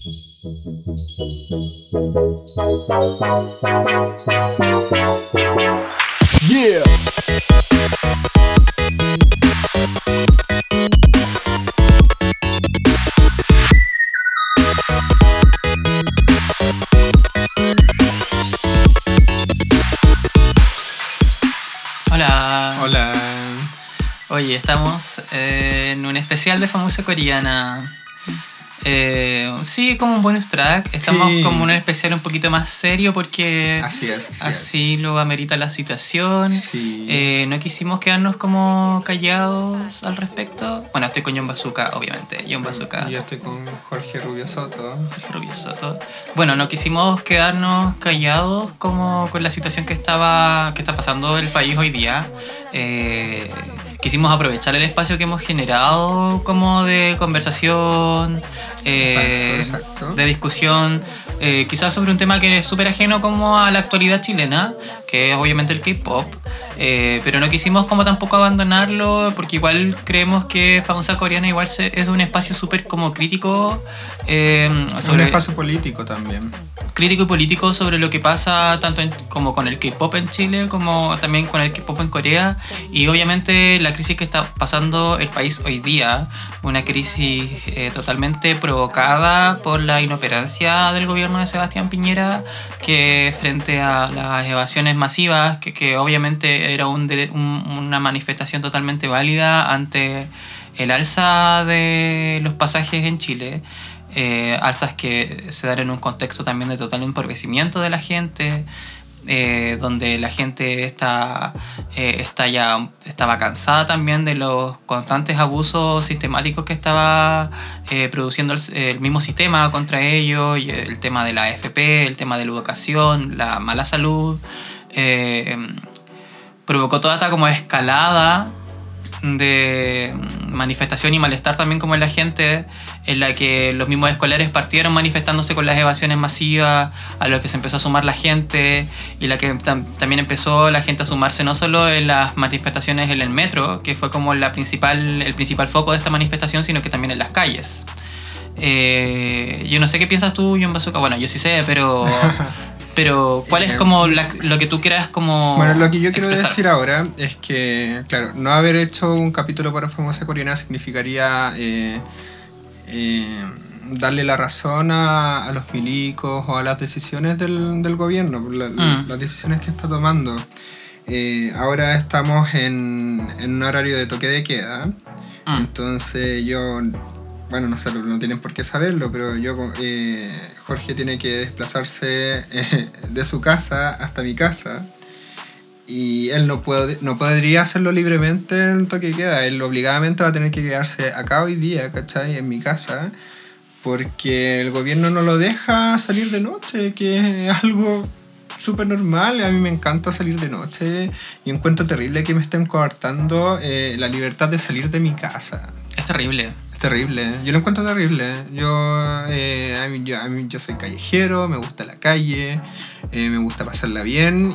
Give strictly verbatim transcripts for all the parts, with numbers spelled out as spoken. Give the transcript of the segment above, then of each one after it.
Yeah. Hola. Hola. Oye, estamos eh, en un especial de famosa coreana. Eh, sí, como un bonus track. Estamos Sí. como en un especial un poquito más serio porque Así es, así, así lo amerita la situación. Sí. Eh, no quisimos quedarnos como callados al respecto. Bueno, estoy con John Bazooka, obviamente. John Bazooka. Yo estoy con Jorge Rubio Soto. Jorge Rubio Soto. Bueno, no quisimos quedarnos callados como con la situación que estaba que está pasando el país hoy día. Eh, quisimos aprovechar el espacio que hemos generado como de conversación, eh, Exacto, exacto. de discusión, eh, quizás sobre un tema que es súper ajeno como a la actualidad chilena, que es obviamente el K-pop. Eh, pero no quisimos como tampoco abandonarlo porque igual creemos que Famosa Coreana igual se, es un espacio súper como crítico eh, Sobre un espacio político también. crítico y político sobre lo que pasa tanto en, como con el K-pop en Chile como también con el K-pop en Corea y obviamente la crisis que está pasando el país hoy día, una crisis eh, totalmente provocada por la inoperancia del gobierno de Sebastián Piñera, que frente a las evasiones masivas que, que obviamente era un, un, una manifestación totalmente válida ante el alza de los pasajes en Chile. Eh, alzas que se dan en un contexto también de total empobrecimiento de la gente, eh, donde la gente está, eh, está ya, estaba cansada también de los constantes abusos sistemáticos que estaba eh, produciendo el, el mismo sistema contra ellos, y el tema de la A F P, el tema de la educación, la mala salud, eh, provocó toda esta como escalada de manifestación y malestar también como en la gente, en la que los mismos escolares partieron manifestándose con las evasiones masivas, a lo que se empezó a sumar la gente, y la que tam- también empezó la gente a sumarse no solo en las manifestaciones en el metro, que fue como la principal, el principal foco de esta manifestación, sino que también en las calles. Eh, yo no sé qué piensas tú, John Bazooka. Bueno, yo sí sé, pero... Pero, ¿cuál es como la, lo que tú quieras como Bueno, lo que yo quiero expresar? decir ahora es que, claro, no haber hecho un capítulo para Famosa Coreana significaría eh, eh, darle la razón a, a los milicos o a las decisiones del, del gobierno, la, Mm. las decisiones que está tomando. Eh, ahora estamos en, en un horario de toque de queda, Mm. entonces yo... Bueno, no sé, no tienen por qué saberlo, pero yo, eh, Jorge tiene que desplazarse eh, de su casa hasta mi casa y él no, puede, no podría hacerlo libremente en el toque de queda. Él obligadamente va a tener que quedarse acá hoy día, ¿cachai? En mi casa, porque el gobierno no lo deja salir de noche, que es algo súper normal. A mí me encanta salir de noche y encuentro terrible que me estén coartando eh, la libertad de salir de mi casa. Es terrible. Es terrible, yo lo encuentro terrible. Yo, eh, a mí, yo, a mí, yo soy callejero, me gusta la calle, eh, me gusta pasarla bien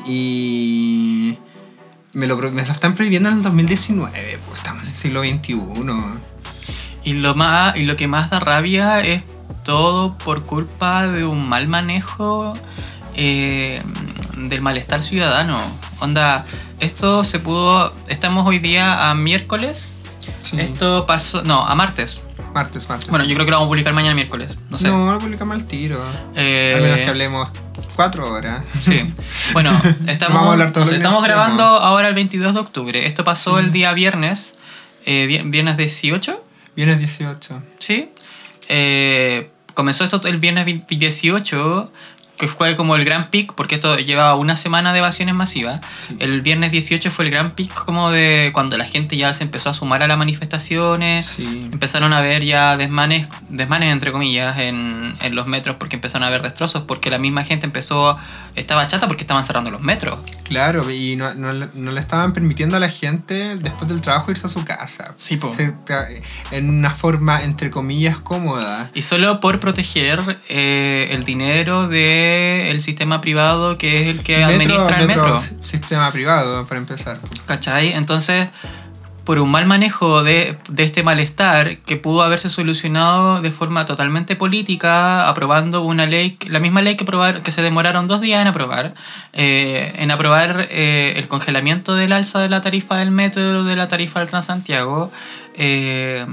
y me lo, me lo están prohibiendo en el dos mil diecinueve, pues estamos en el siglo veintiuno. Y lo más y lo que más da rabia es todo por culpa de un mal manejo eh, del malestar ciudadano. Onda, esto se pudo... Estamos hoy día a miércoles. Sí. Esto pasó... No, a martes. Martes, martes. Bueno, yo creo que lo vamos a publicar mañana miércoles. No sé. No, lo publicamos al tiro. Eh, Al menos que hablemos cuatro horas. Sí. Bueno, estamos, Vamos a hablar todo no sé, lo que estamos necesitemos. grabando ahora el veintidós de octubre. Esto pasó el día viernes. Eh, di- viernes dieciocho. Viene el dieciocho. Sí. Eh, comenzó esto el viernes dieciocho, que fue como el gran pic, porque esto llevaba una semana de evasiones masivas. Sí. El viernes dieciocho fue el gran pic como de cuando la gente ya se empezó a sumar a las manifestaciones. Sí. Empezaron a ver ya desmanes, desmanes entre comillas, en, en los metros, porque empezaron a haber destrozos, porque la misma gente empezó, estaba chata porque estaban cerrando los metros. Claro, y no, no, no le estaban permitiendo a la gente después del trabajo irse a su casa. Sí, po. Se- en una forma, entre comillas, cómoda. Y solo por proteger eh, el dinero del sistema privado, que es el que administra el metro. s- Sistema privado, para empezar. ¿Cachai? Entonces, por un mal manejo de, de este malestar que pudo haberse solucionado de forma totalmente política, aprobando una ley, la misma ley que, aprobar, que se demoraron dos días en aprobar, eh, en aprobar eh, el congelamiento del alza de la tarifa del metro, de la tarifa del Transantiago. Eh,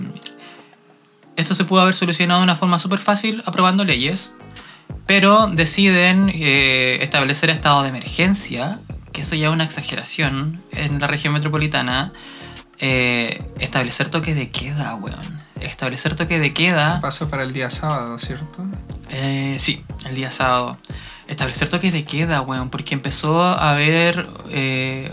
eso se pudo haber solucionado de una forma súper fácil aprobando leyes, pero deciden eh, establecer estado de emergencia, que eso ya es una exageración en la región metropolitana. Eh, establecer toque de queda, weón. Establecer toque de queda. Eso pasó para el día sábado, ¿cierto? Eh, sí, el día sábado. Establecer toque de queda, weón, porque empezó a haber... Eh,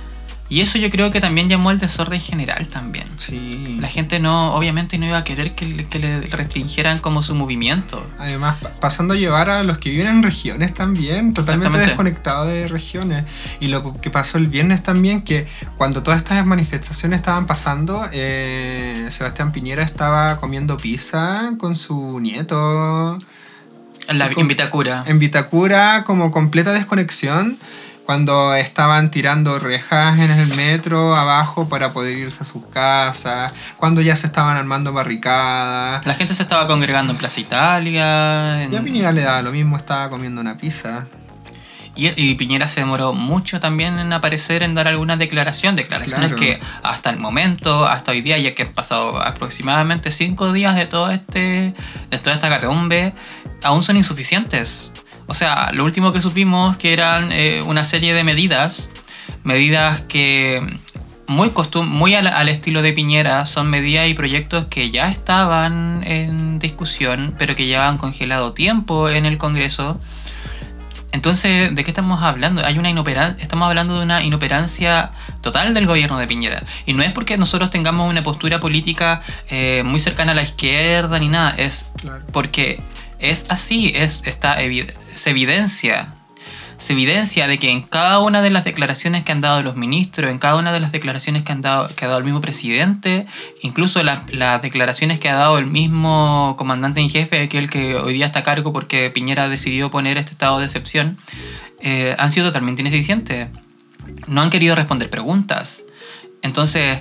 y eso yo creo que también llamó al desorden general también. Sí. La gente no, obviamente no iba a querer que, le- que le restringieran como su movimiento. Además, pa- pasando a llevar a los que viven en regiones también, totalmente Exactamente. desconectados de regiones. Y lo que pasó el viernes también, que cuando todas estas manifestaciones estaban pasando, eh, Sebastián Piñera estaba comiendo pizza con su nieto La Con- en Vitacura. en Vitacura, como completa desconexión. Cuando estaban tirando rejas en el metro abajo para poder irse a sus casas, cuando ya se estaban armando barricadas. La gente se estaba congregando en Plaza Italia. en- Ya a Piñera le daba lo mismo, estaba comiendo una pizza. Y, y Piñera se demoró mucho también en aparecer, en dar alguna declaración. Declaraciones Claro. que hasta el momento, hasta hoy día, ya que han pasado aproximadamente cinco días de todo este de toda esta catombe, aún son insuficientes. O sea, lo último que supimos que eran eh, una serie de medidas, medidas que muy, costum muy al, al estilo de Piñera, son medidas y proyectos que ya estaban en discusión, pero que llevaban congelado tiempo en el Congreso. Entonces, ¿de qué estamos hablando? Hay una inoperancia, estamos hablando de una inoperancia total del gobierno de Piñera. Y no es porque nosotros tengamos una postura política eh, muy cercana a la izquierda ni nada, es Claro. porque es así, es, está evi- se evidencia. Se evidencia de que en cada una de las declaraciones que han dado los ministros, en cada una de las declaraciones que, han dado, que ha dado el mismo presidente, incluso la- las declaraciones que ha dado el mismo comandante en jefe, que es el que hoy día está a cargo porque Piñera decidió poner este estado de excepción, eh, han sido totalmente ineficientes. No han querido responder preguntas. Entonces,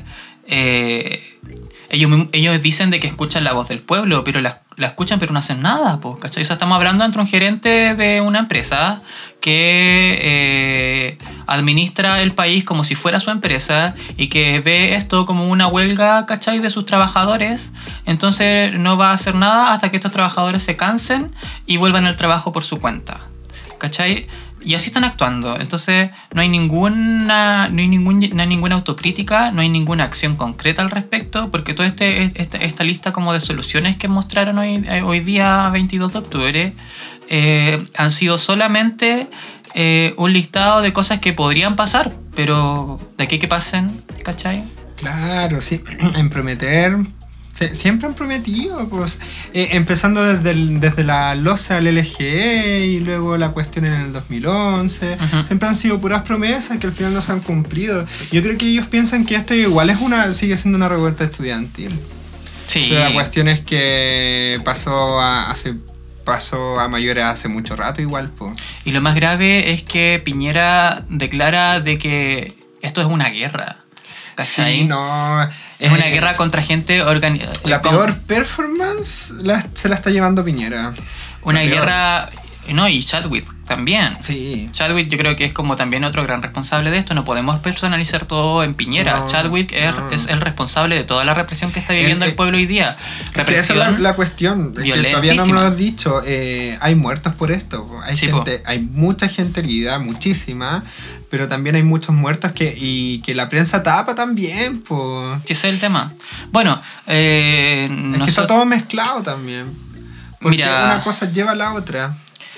eh, ellos, mismos- ellos dicen de que escuchan la voz del pueblo, pero la, la escuchan pero no hacen nada, pues, ¿cachai? O sea, estamos hablando entre un gerente de una empresa que eh, administra el país como si fuera su empresa y que ve esto como una huelga, ¿cachai? De sus trabajadores. Entonces no va a hacer nada hasta que estos trabajadores se cansen y vuelvan al trabajo por su cuenta, ¿cachai? Y así están actuando. Entonces no hay ninguna no hay, ningún, no hay ninguna autocrítica, no hay ninguna acción concreta al respecto, porque toda este, esta, esta lista como de soluciones que mostraron hoy, hoy día veintidós de octubre eh, han sido solamente eh, un listado de cosas que podrían pasar, pero de aquí que pasen, ¿cachai? Claro, sí, en prometer. Se- Siempre han prometido, pues, eh, empezando desde, el- desde la losa al L G E y luego la cuestión en el dos mil once. Ujú. Siempre han sido puras promesas que al final no se han cumplido. Yo creo que ellos piensan que esto igual es una, sigue siendo una revuelta estudiantil. Sí. Pero la cuestión es que pasó a, hace, pasó a mayores hace mucho rato igual, pues. Y lo más grave es que Piñera declara de que esto es una guerra. ¿Cachai? Sí, no. Es una eh, guerra contra gente organizada. La peor performance la- se la está llevando Piñera. Una la peor. guerra. No, y Chadwick también. Sí. Chadwick yo creo que es como también otro gran responsable de esto. No podemos personalizar todo en Piñera. No, Chadwick es, no. es el responsable de toda la represión que está viviendo El- el, pueblo hoy día. Es que esa es la, Represión. la cuestión, es que todavía no me violentísima. lo has dicho. eh, hay muertos por esto. po. Hay Sí, gente, hay mucha gente herida, muchísima, pero también hay muchos muertos que y que la prensa tapa también, pues. Sí, ese es el tema. Bueno, eh, Es que está nosot- todo mezclado también. Porque Mira. una cosa lleva a la otra.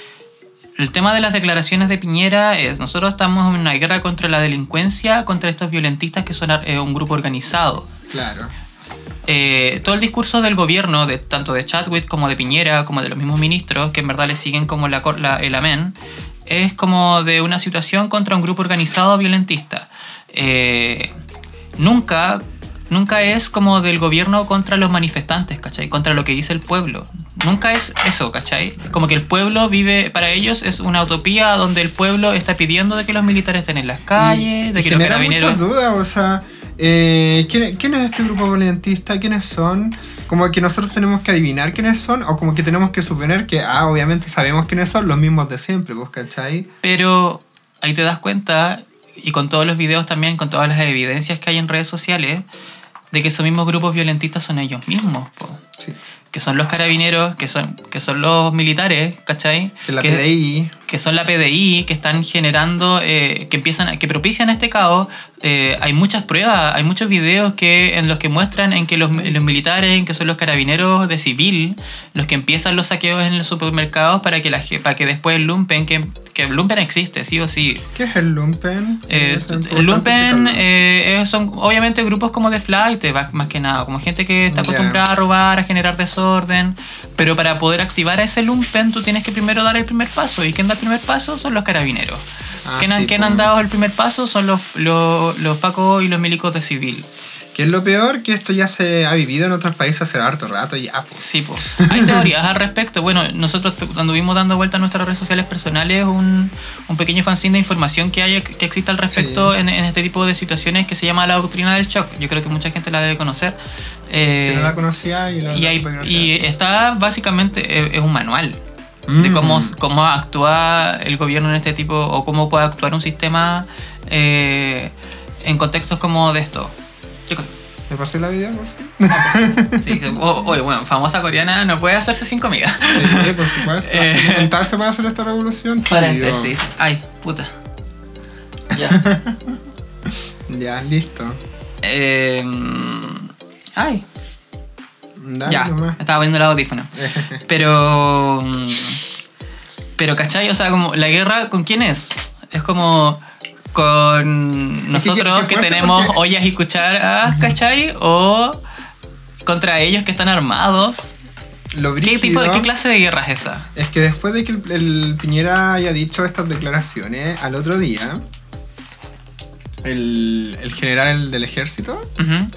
el tema de las declaraciones de Piñera es, nosotros estamos en una guerra contra la delincuencia, contra estos violentistas que son eh, un grupo organizado. Claro. Eh, todo el discurso del gobierno, de, tanto de Chadwick como de Piñera, como de los mismos ministros, que en verdad le siguen como la, cor- la- el amén, es como de una situación contra un grupo organizado violentista. Eh, nunca, nunca es como del gobierno contra los manifestantes, ¿cachai? Contra lo que dice el pueblo. Nunca es eso, ¿cachai? Como que el pueblo vive, para ellos es una utopía donde el pueblo está pidiendo de que los militares estén en las calles, Y- de y que los genera carabineros... muchas dudas, o sea, Eh, ¿quién, ¿Quién es este grupo violentista? ¿Quiénes son? Como que nosotros tenemos que adivinar quiénes son, o como que tenemos que suponer que, ah, obviamente sabemos quiénes son, los mismos de siempre, pues, ¿cachai? Pero ahí te das cuenta, y con todos los videos también, con todas las evidencias que hay en redes sociales, de que esos mismos grupos violentistas son ellos mismos, po. Sí. Que son los carabineros, que son, que son los militares, ¿cachai? Que la que, P D I. Que son la P D I, que están generando, eh, que empiezan, que propician este caos. Eh, hay muchas pruebas, hay muchos videos que, en los que muestran en que los, los militares, que son los carabineros de civil, los que empiezan los saqueos en los supermercados para que, la, para que después el lumpen, que, que el lumpen existe, sí o sí. ¿Qué es el lumpen? Eh, el lumpen eh, son obviamente grupos como de flight, más que nada, como gente que está acostumbrada yeah. a robar, a generar desorden, pero para poder activar a ese lumpen tú tienes que primero dar el primer paso, y quien da el primer paso son los carabineros. Ah, quien, sí, han, quien han dado el primer paso son los, los, los pacos y los milicos de civil. Que es lo peor, que esto ya se ha vivido en otros países hace harto rato ya, pues. Sí, pues. Hay teorías al respecto. Bueno, nosotros anduvimos dando vuelta a nuestras redes sociales personales un, un pequeño fanzine de información que hay, que existe al respecto sí. en, en este tipo de situaciones, que se llama la doctrina del shock. Yo creo que mucha gente la debe conocer. Eh, que no la conocía y la y, hay, y está básicamente, es un manual mm. de cómo, cómo actúa el gobierno en este tipo, o cómo puede actuar un sistema eh, en contextos como de esto. ¿Qué cosa? ¿Me pasé la vida, por fin? Sí, oye, bueno, famosa coreana no puede hacerse sin comida. Sí, por supuesto. Eh, ¿Inventarse para hacer esta revolución? Paréntesis. Ay, puta. Ya. Ya, listo. Eh, ay. Dale, ya, nomás. estaba poniendo el audífono. Pero... Pero, ¿cachai? O sea, como, ¿la guerra con quién es? Es como... con nosotros que, que, que tenemos porque... ollas y cucharas, ¿cachai? O contra ellos que están armados. Lo ¿Qué tipo de qué clase de guerra es esa? Es que después de que el, el Piñera haya dicho estas declaraciones, al otro día el, el general del ejército uh-huh.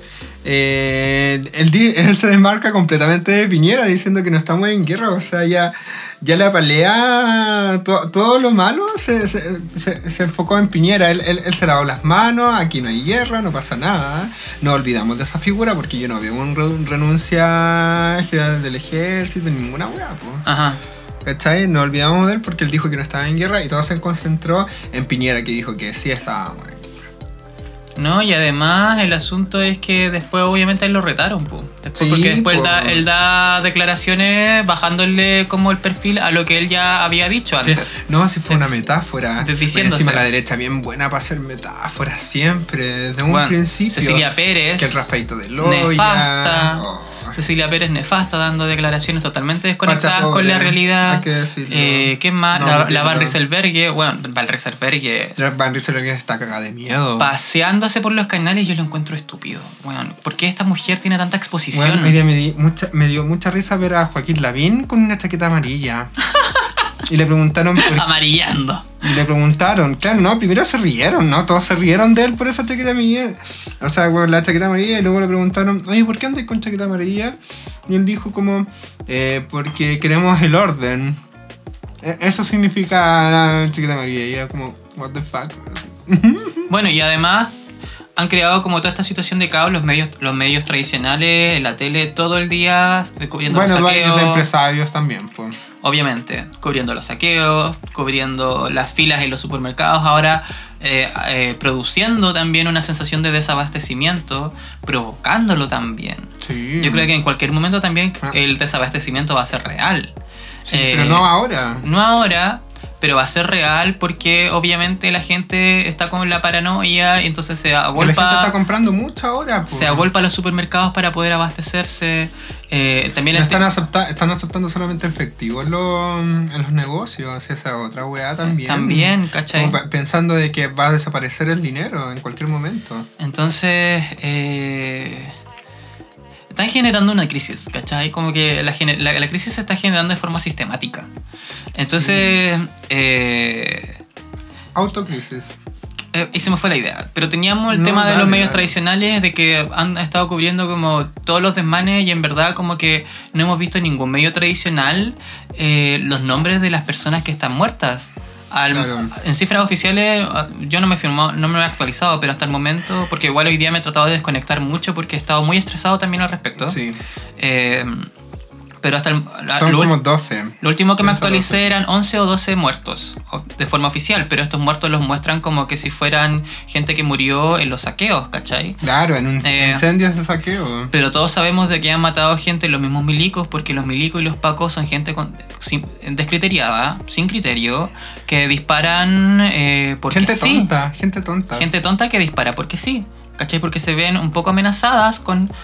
eh, él, él se desmarca completamente de Piñera diciendo que no estamos en guerra. O sea, ya Ya la pelea, to, todo lo malo se, se, se, se enfocó en Piñera. Él, él, él se lavó las manos, aquí no hay guerra, no pasa nada. No olvidamos de esa figura porque yo no veo un renuncia general del ejército, ninguna weá, po. Ajá. ¿Cachai? No olvidamos de él porque él dijo que no estaba en guerra y todo se concentró en Piñera, que dijo que sí estábamos en guerra. No, y además el asunto es que después obviamente él lo retaron, po. Después, sí, porque después él da, po. él da declaraciones bajándole como el perfil a lo que él ya había dicho antes. Sí. No, si fue una metáfora. Diciéndose. Encima la derecha bien buena para hacer metáforas siempre, desde un bueno, principio. Cecilia Pérez. Que el raspadito de Loya. Nefasta. Oh. Cecilia Pérez nefasta, dando declaraciones totalmente desconectadas Pacha, con la realidad. Hay que decirlo. Eh, ¿Qué más? No, la no, la Van no. Rieselberghe, bueno, Van Rieselberghe. Van Rieselberghe está cagada de miedo. Paseándose por los canales, yo lo encuentro estúpido. Bueno, ¿por qué esta mujer tiene tanta exposición? Bueno, me, me, di mucha, me dio mucha risa ver a Joaquín Lavín con una chaqueta amarilla. Y le preguntaron... Por... Amarillando. Y le preguntaron, claro, no, primero se rieron, ¿no? Todos se rieron de él por esa chaqueta amarilla. O sea, bueno, la chaqueta amarilla, y luego le preguntaron, oye, ¿por qué andas con chaqueta amarilla? Y él dijo como, eh, porque queremos el orden. Eso significa la chaqueta amarilla. Y era como, what the fuck. Bueno, y además han creado como toda esta situación de caos los medios, los medios tradicionales, la tele, todo el día cubriendo bueno, los saqueos. Bueno, los empresarios también, pues. Obviamente, cubriendo los saqueos, cubriendo las filas en los supermercados, ahora eh, eh, produciendo también una sensación de desabastecimiento, provocándolo también. Sí. Yo creo que en cualquier momento también ah. el desabastecimiento va a ser real. Sí, eh, pero no ahora. No ahora, pero va a ser real porque obviamente la gente está con la paranoia y entonces se agolpa... La gente está comprando mucho ahora. Pues. Se agolpa a los supermercados para poder abastecerse. Eh, también no este... están, acepta están aceptando solamente efectivo en, lo, en los negocios, esa otra weá también. También, ¿cachai? Como pensando de que va a desaparecer el dinero en cualquier momento. Entonces... Eh... Están generando una crisis, ¿cachai? Como que la, la, la crisis se está generando de forma sistemática. Entonces... Sí. Eh, Autocrisis. Eh, y se me fue la idea. Pero teníamos el no, tema de dale, los medios dale. tradicionales, de que han estado cubriendo como todos los desmanes y en verdad como que no hemos visto en ningún medio tradicional eh, los nombres de las personas que están muertas. Al, Claro. En cifras oficiales, yo no me he firmado, no me he actualizado, pero hasta el momento, porque igual hoy día me he tratado de desconectar mucho porque he estado muy estresado también al respecto. Sí. Eh, pero hasta el, la- Son lo, como ul- doce. lo último que me Pienso actualicé doce. eran once o doce muertos o- de forma oficial, pero estos muertos los muestran como que si fueran gente que murió en los saqueos, ¿cachai? Claro, en un Eh, incendios de saqueo. Pero todos sabemos de que han matado gente los mismos milicos, porque los milicos y los pacos son gente con, sin- descriteriada, sin criterio, que disparan eh, porque Gente sí. tonta, gente tonta. Gente tonta que dispara porque sí, ¿cachai? Porque se ven un poco amenazadas con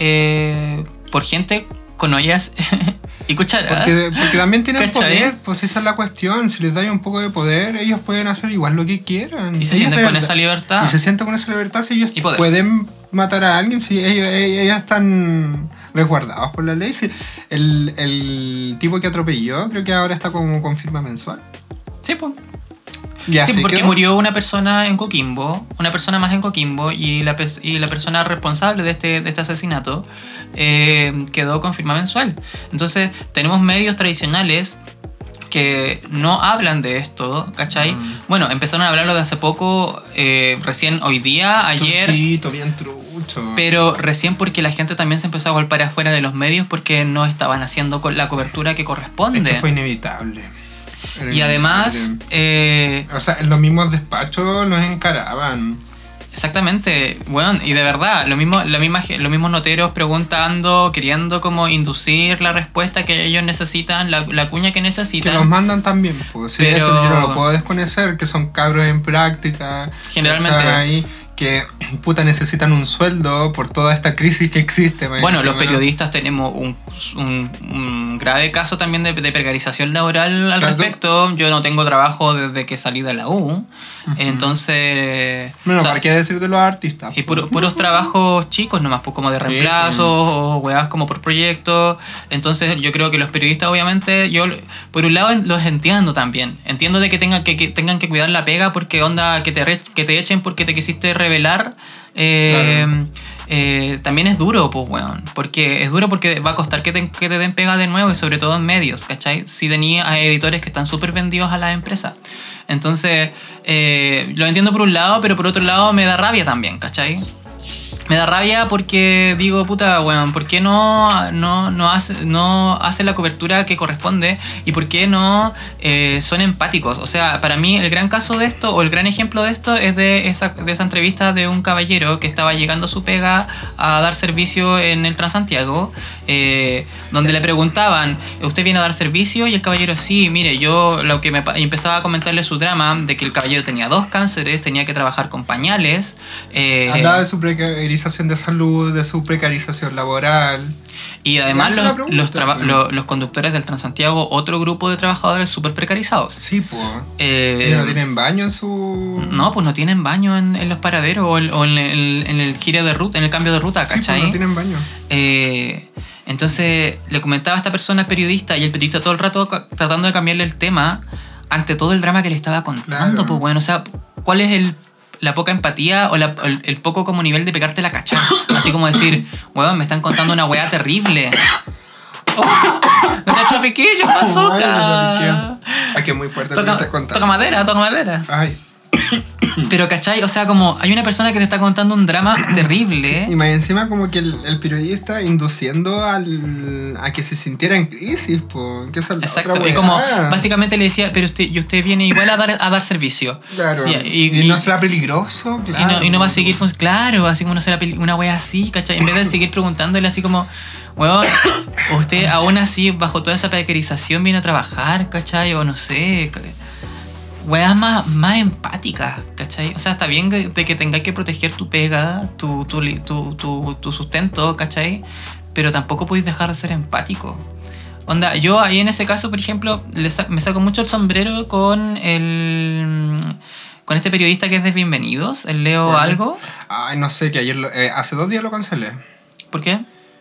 eh, por gente con ollas y cucharas. Porque, porque también tienen ¿Cachai? poder, pues esa es la cuestión. Si les dais un poco de poder, ellos pueden hacer igual lo que quieran. Y se Ellos sienten de con verdad- esa libertad. Y se sienten con esa libertad si ellos Y poder. pueden matar a alguien, si ellos, ellos, ellos están resguardados por la ley. Si el, el tipo que atropelló, creo que ahora está como con firma mensual. Sí, pues. Ya, Sí, así porque quedó. murió una persona en Coquimbo, una persona más en Coquimbo, y la, pers- y la persona responsable de este, de este asesinato eh, quedó con firma mensual. Entonces, tenemos medios tradicionales que no hablan de esto, ¿cachai? Mm. Bueno, empezaron a hablarlo de hace poco, eh, recién hoy día, ayer, Truchito, bien trucho. pero recién porque la gente también se empezó a golpear afuera de los medios porque no estaban haciendo co- la cobertura que es corresponde. que fue inevitable. Era Y además, inevitable. eh, O sea, en los mismos despachos nos encaraban. exactamente, bueno, y de verdad, lo mismo, lo misma, los mismos noteros preguntando, queriendo como inducir la respuesta que ellos necesitan, la, la cuña que Que necesitan. los mandan también, pues. Sí, Pero- eso yo no lo puedo desconocer, que son cabros en práctica. Generalmente. ¿cachai? Que puta necesitan un sueldo por toda esta crisis que existe. más Bueno, los encima. periodistas tenemos un, un- un grave caso también de, de precarización laboral al Claro. respecto. Yo no tengo trabajo desde que salí de la U, entonces... Bueno, o sea, ¿para qué decir de los artistas? Y puro- puros trabajos chicos nomás, pues como de reemplazo o weas como por proyecto. Entonces yo creo que los periodistas obviamente, yo por un lado los entiendo también. Entiendo de que tengan que, que tengan que cuidar la pega porque onda que te, re- que te echen porque te quisiste revelar. Eh, Claro. eh, también es duro, pues weón. Porque es duro porque va a costar que te, que te den pega de nuevo y sobre todo en medios, ¿cachai? Si tenía a editores que están súper vendidos a las empresas. Entonces, eh, lo entiendo por un lado, pero por otro lado me da rabia también, ¿cachai? Me da rabia porque digo, puta, weón, ¿por qué no, no, no, hace, no hace la cobertura que corresponde? ¿Y por qué no eh, son empáticos? O sea, para mí el gran caso de esto, o el gran ejemplo de esto, es de esa, de esa entrevista de un caballero que estaba llegando a su pega a dar servicio en el Transantiago, eh, donde le preguntaban, ¿usted viene a dar servicio? Y el caballero, sí, mire, yo lo que me pa- y empezaba a comentarle su drama de que el caballero tenía dos cánceres, tenía que trabajar con pañales. eh, Hablaba de su precarización de salud, de su precarización laboral. Y además Háganse los, la pregunta, los, traba- pues. lo- los conductores del Transantiago, otro grupo de trabajadores súper precarizados. Sí, pues. Eh, Ellos no tienen baño en su. no, pues no tienen baño en, en los paraderos o, el- o en, el, en el giro de ruta, en el cambio de ruta, Sí, pues, ¿cachai? no tienen baño. Eh, entonces le comentaba a esta persona al periodista y el periodista todo el rato ca- tratando de cambiarle el tema ante todo el drama que le estaba contando, Claro. pues bueno, o sea, ¿cuál es el, la poca empatía o la- el, el poco como nivel de pegarte la cacha? Así como decir, weón, me están contando una weá terrible. ¡Oh! ¡No te tropiqué, yo pasó, Ay, ca- Ay, que es muy fuerte lo que Toca, estás contando. toca madera, toca madera. Ay. Pero, ¿cachai? O sea, como hay una persona que te está contando un drama terrible. Y más encima como que el, el periodista induciendo al, a que se sintiera en crisis, po, que esa es la Exacto. otra Y como weá. básicamente le decía, pero usted, y usted viene igual a dar, a dar servicio. Claro. Sí, y, y- no y- será peligroso, Y claro. no, y no va a seguir, fun- claro, así como no será peli- una wea así, ¿cachai? En vez de seguir preguntándole así como, weón, usted aún así, bajo toda esa precarización, viene a trabajar, ¿cachai? O no sé, ca- weas más, más empáticas, ¿cachai? O sea, está bien de, de que tengáis que proteger tu pega, tu, tu, li- tu, tu, tu sustento, ¿cachai? Pero tampoco podéis dejar de ser empático. Onda, yo ahí en ese caso, por ejemplo, le sa- me saco mucho el sombrero con el... Con este periodista que es de Bienvenidos, el Leo ¿Cuál? algo. Ay, no sé, que ayer, lo- eh, hace dos días lo cancelé. ¿Por qué?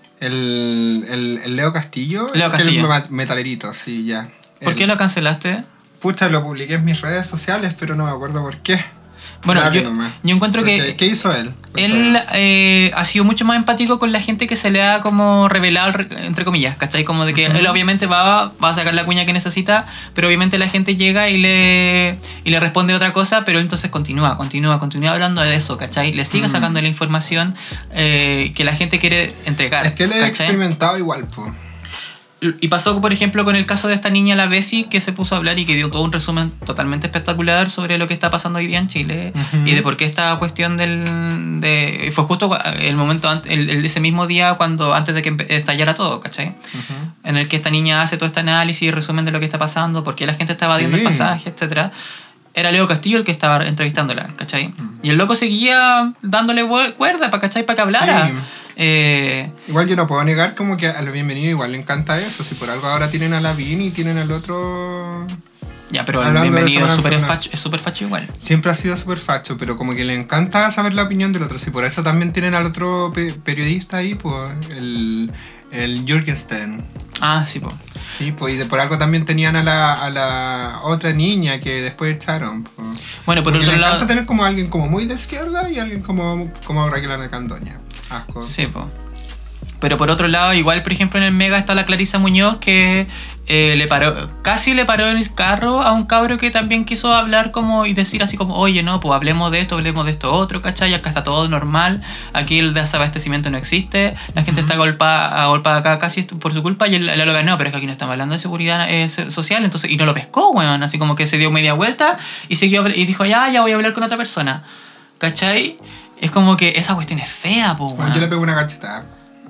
El, el, el Leo Castillo. Leo que el Castillo. ma- metalerito, sí, ya. ¿Por El- qué lo cancelaste? Pucha, lo publiqué en mis redes sociales, pero no me acuerdo por qué. Bueno, Dale yo, nomás. yo encuentro Porque, que ¿qué hizo él? él eh, ha sido mucho más empático con la gente que se le ha como revelado, entre comillas, ¿cachai? Como de que uh-huh. él obviamente va, va a sacar la cuña que necesita, pero obviamente la gente llega y le, y le responde otra cosa, pero entonces continúa, continúa, continúa hablando de eso, ¿cachai? Le sigue uh-huh. sacando la información eh, que la gente quiere entregar. Es que él es experimentado igual, pues. Y pasó, por ejemplo, con el caso de esta niña, la Bessie, que se puso a hablar y que dio todo un resumen totalmente espectacular sobre lo que está pasando hoy día en Chile uh-huh. y de por qué esta cuestión del... De, fue justo el momento, el, el, ese mismo día cuando antes de que estallara todo, ¿cachai? Uh-huh. En el que esta niña hace todo este análisis y resumen de lo que está pasando, por qué la gente está evadiendo sí. el pasaje, etcétera. Era Leo Castillo el que estaba entrevistándola, ¿cachai? Uh-huh. Y el loco seguía dándole cuerda, ¿cachai? Para que hablara. Sí. Eh, igual yo no puedo negar como que a los Bienvenidos igual le encanta eso. Si por algo ahora tienen a Lavín y tienen al otro... Ya, pero el Bienvenido es súper facho, es súper facho igual. Siempre ha sido súper facho, pero como que le encanta saber la opinión del otro. Si por eso también tienen al otro pe- periodista ahí, pues, el, el Jürgenstein. Ah, sí, pues. Sí, pues, y de por algo también tenían a la, a la otra niña que después echaron. Pues. Bueno, por Porque otro le lado... encanta tener como alguien como muy de izquierda y alguien como, como Raquel Ana Candoña. Asco. Sí, pues. Pero por otro lado, igual, por ejemplo, en el Mega está la Clarisa Muñoz que eh, le paró, casi le paró el carro a un cabro que también quiso hablar como y decir así como, oye, no, pues hablemos de esto, hablemos de esto otro, ¿cachai? Acá está todo normal, aquí el desabastecimiento no existe, la gente uh-huh. está agolpada, agolpada acá casi por su culpa y él lo ganó, pero es que aquí no estamos hablando de seguridad eh, social, entonces, y no lo pescó, weón, así como que se dio media vuelta y siguió y dijo, ya, ya voy a hablar con otra persona, ¿cachai? Es como que esa cuestión es fea, po, bueno, yo le pego una cachetada.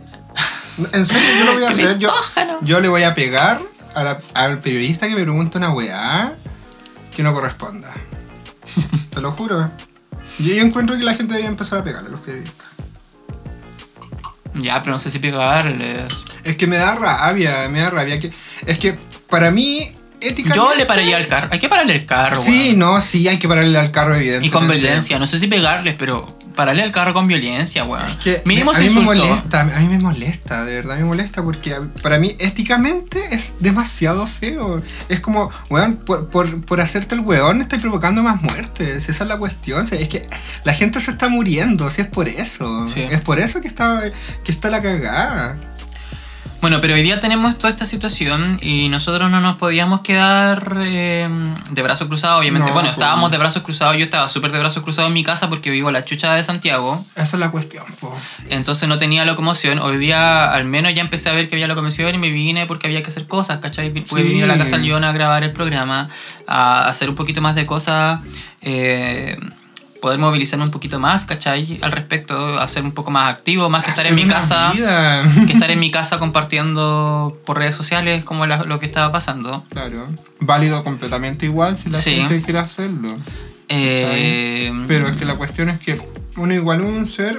En serio, yo lo voy a hacer. Yo, yo le voy a pegar a la, al periodista que me pregunta una weá que no corresponda. Te lo juro. Yo encuentro que la gente debería empezar a pegarle a los periodistas. Ya, pero no sé si pegarles. Es que me da rabia, me da rabia. que Es que para mí... Éticamente, yo le pararía al carro. Hay que pararle el carro, sí, weón. no, sí, hay que pararle al carro, evidentemente. Y con violencia. No sé si pegarles, pero pararle al carro con violencia, weón. Es que mínimo me, a se mí insultó. me molesta, a mí me molesta, de verdad me molesta, porque para mí éticamente es demasiado feo. Es como, weón, por, por, por hacerte el weón estoy provocando más muertes. Esa es la cuestión. O sea, es que la gente se está muriendo, si es por eso. Sí. Es por eso que está, que está la cagada. Bueno, pero hoy día tenemos toda esta situación y nosotros no nos podíamos quedar eh, de brazos cruzados, obviamente. No, bueno, estábamos de brazos cruzados, yo estaba súper de brazos cruzados en mi casa porque vivo a la chucha de Santiago. Esa es la cuestión, po. Entonces no tenía locomoción. Hoy día al menos ya empecé a ver que había locomoción y me vine porque había que hacer cosas, ¿cachai? Pude sí. venir a la casa León a grabar el programa, a hacer un poquito más de cosas... Eh, poder movilizarme un poquito más, ¿cachai? Al respecto, hacer un poco más activo, más que estar en mi casa, vida. que estar en mi casa compartiendo por redes sociales como la, lo que estaba pasando. Claro, válido completamente igual si la sí. gente quiere hacerlo. Eh, Pero es que la cuestión es que uno igual es un ser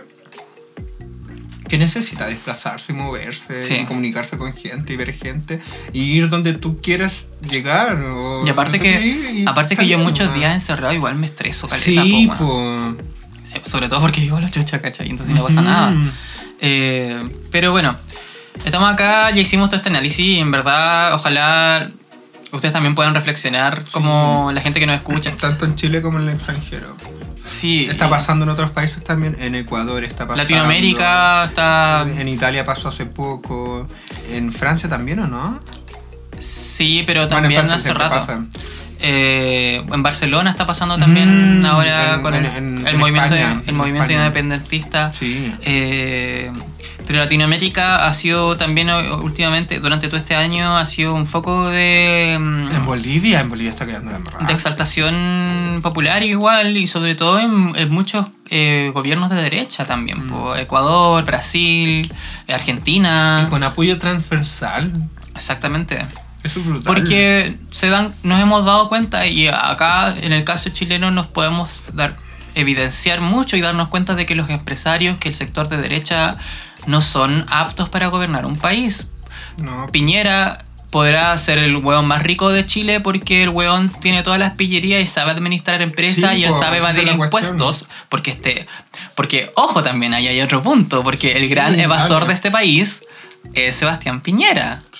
que necesita desplazarse, moverse, sí. y comunicarse con gente y ver gente y ir donde tú quieras llegar. O y aparte que, y aparte que yo muchos días encerrado igual me estreso, caleta, sí, po, po. Sí, sobre todo porque vivo a la chucha, ¿cachai? Entonces no pasa nada. Eh, pero bueno, estamos acá, ya hicimos todo este análisis y en verdad, ojalá ustedes también puedan reflexionar sí. como la gente que nos escucha. Tanto en Chile como en el extranjero. Sí. Está pasando en otros países también, en Ecuador está pasando. Latinoamérica está... En, en Italia pasó hace poco. ¿En Francia también o no? Sí, pero también bueno, hace rato. Pasa. Eh, en Barcelona está pasando también mm, ahora en, con en, el, en, el en movimiento, España, el movimiento España. independentista. Sí. Eh, pero Latinoamérica ha sido también últimamente, durante todo este año, ha sido un foco de... En Bolivia, en Bolivia está quedando la embarrada. De exaltación popular igual y sobre todo en, en muchos eh, gobiernos de derecha también. Mm. Por Ecuador, Brasil, Argentina. Y con apoyo transversal. Exactamente. Eso es brutal. Porque se dan, nos hemos dado cuenta y acá en el caso chileno nos podemos dar, evidenciar mucho y darnos cuenta de que los empresarios, que el sector de derecha no son aptos para gobernar un país. No. Piñera podrá ser el hueón más rico de Chile porque el hueón tiene todas las pillerías y sabe administrar empresas sí, y él po, sabe evadir impuestos. Porque este, porque ojo también, ahí hay otro punto, porque sí, el gran evasor vale. de este país es Sebastián Piñera. Sí.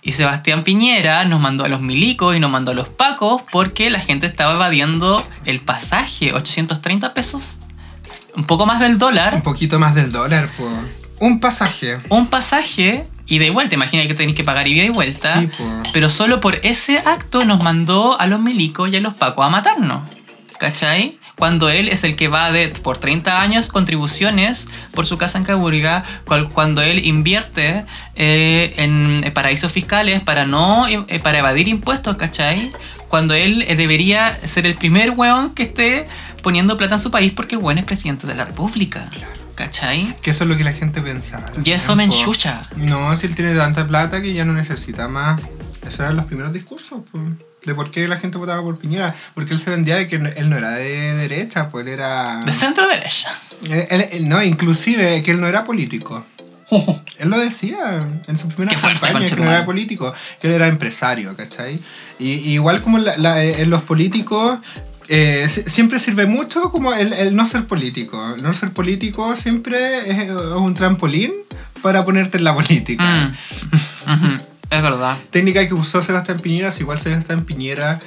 Y Sebastián Piñera nos mandó a los milicos y nos mandó a los pacos porque la gente estaba evadiendo el pasaje, ochocientos treinta pesos, un poco más del dólar. Un poquito más del dólar, po. Un pasaje. Un pasaje ida y vuelta, imagina que tenéis que pagar ida y vuelta. Sí, po. Pero solo por ese acto nos mandó a los milicos y a los pacos a matarnos, ¿cachai? Cuando él es el que va de por treinta años contribuciones por su casa en Caburga, cuando él invierte eh, en paraísos fiscales para no eh, para evadir impuestos, ¿cachai? Cuando él eh, debería ser el primer weón que esté poniendo plata en su país porque el weón es presidente de la república, ¿cachai? Que eso es lo que la gente pensaba. Y eso me enchucha. No, si él tiene tanta plata que ya no necesita más. Esos eran los primeros discursos, pues. De por qué la gente votaba por Piñera. Porque él se vendía de que él no era de derecha, pues él era... De centro derecha. Él, él, él, no, inclusive que él no era político. Él lo decía en su primera campaña, que no era político, que él era empresario, ¿cachai? Y, y igual como la, la, en los políticos... Eh, siempre sirve mucho como el, el no ser político. El no ser político siempre es un trampolín para ponerte en la política. Mm. Uh-huh. Es verdad. Técnica que usó Sebastián Piñera, si igual Sebastián Piñera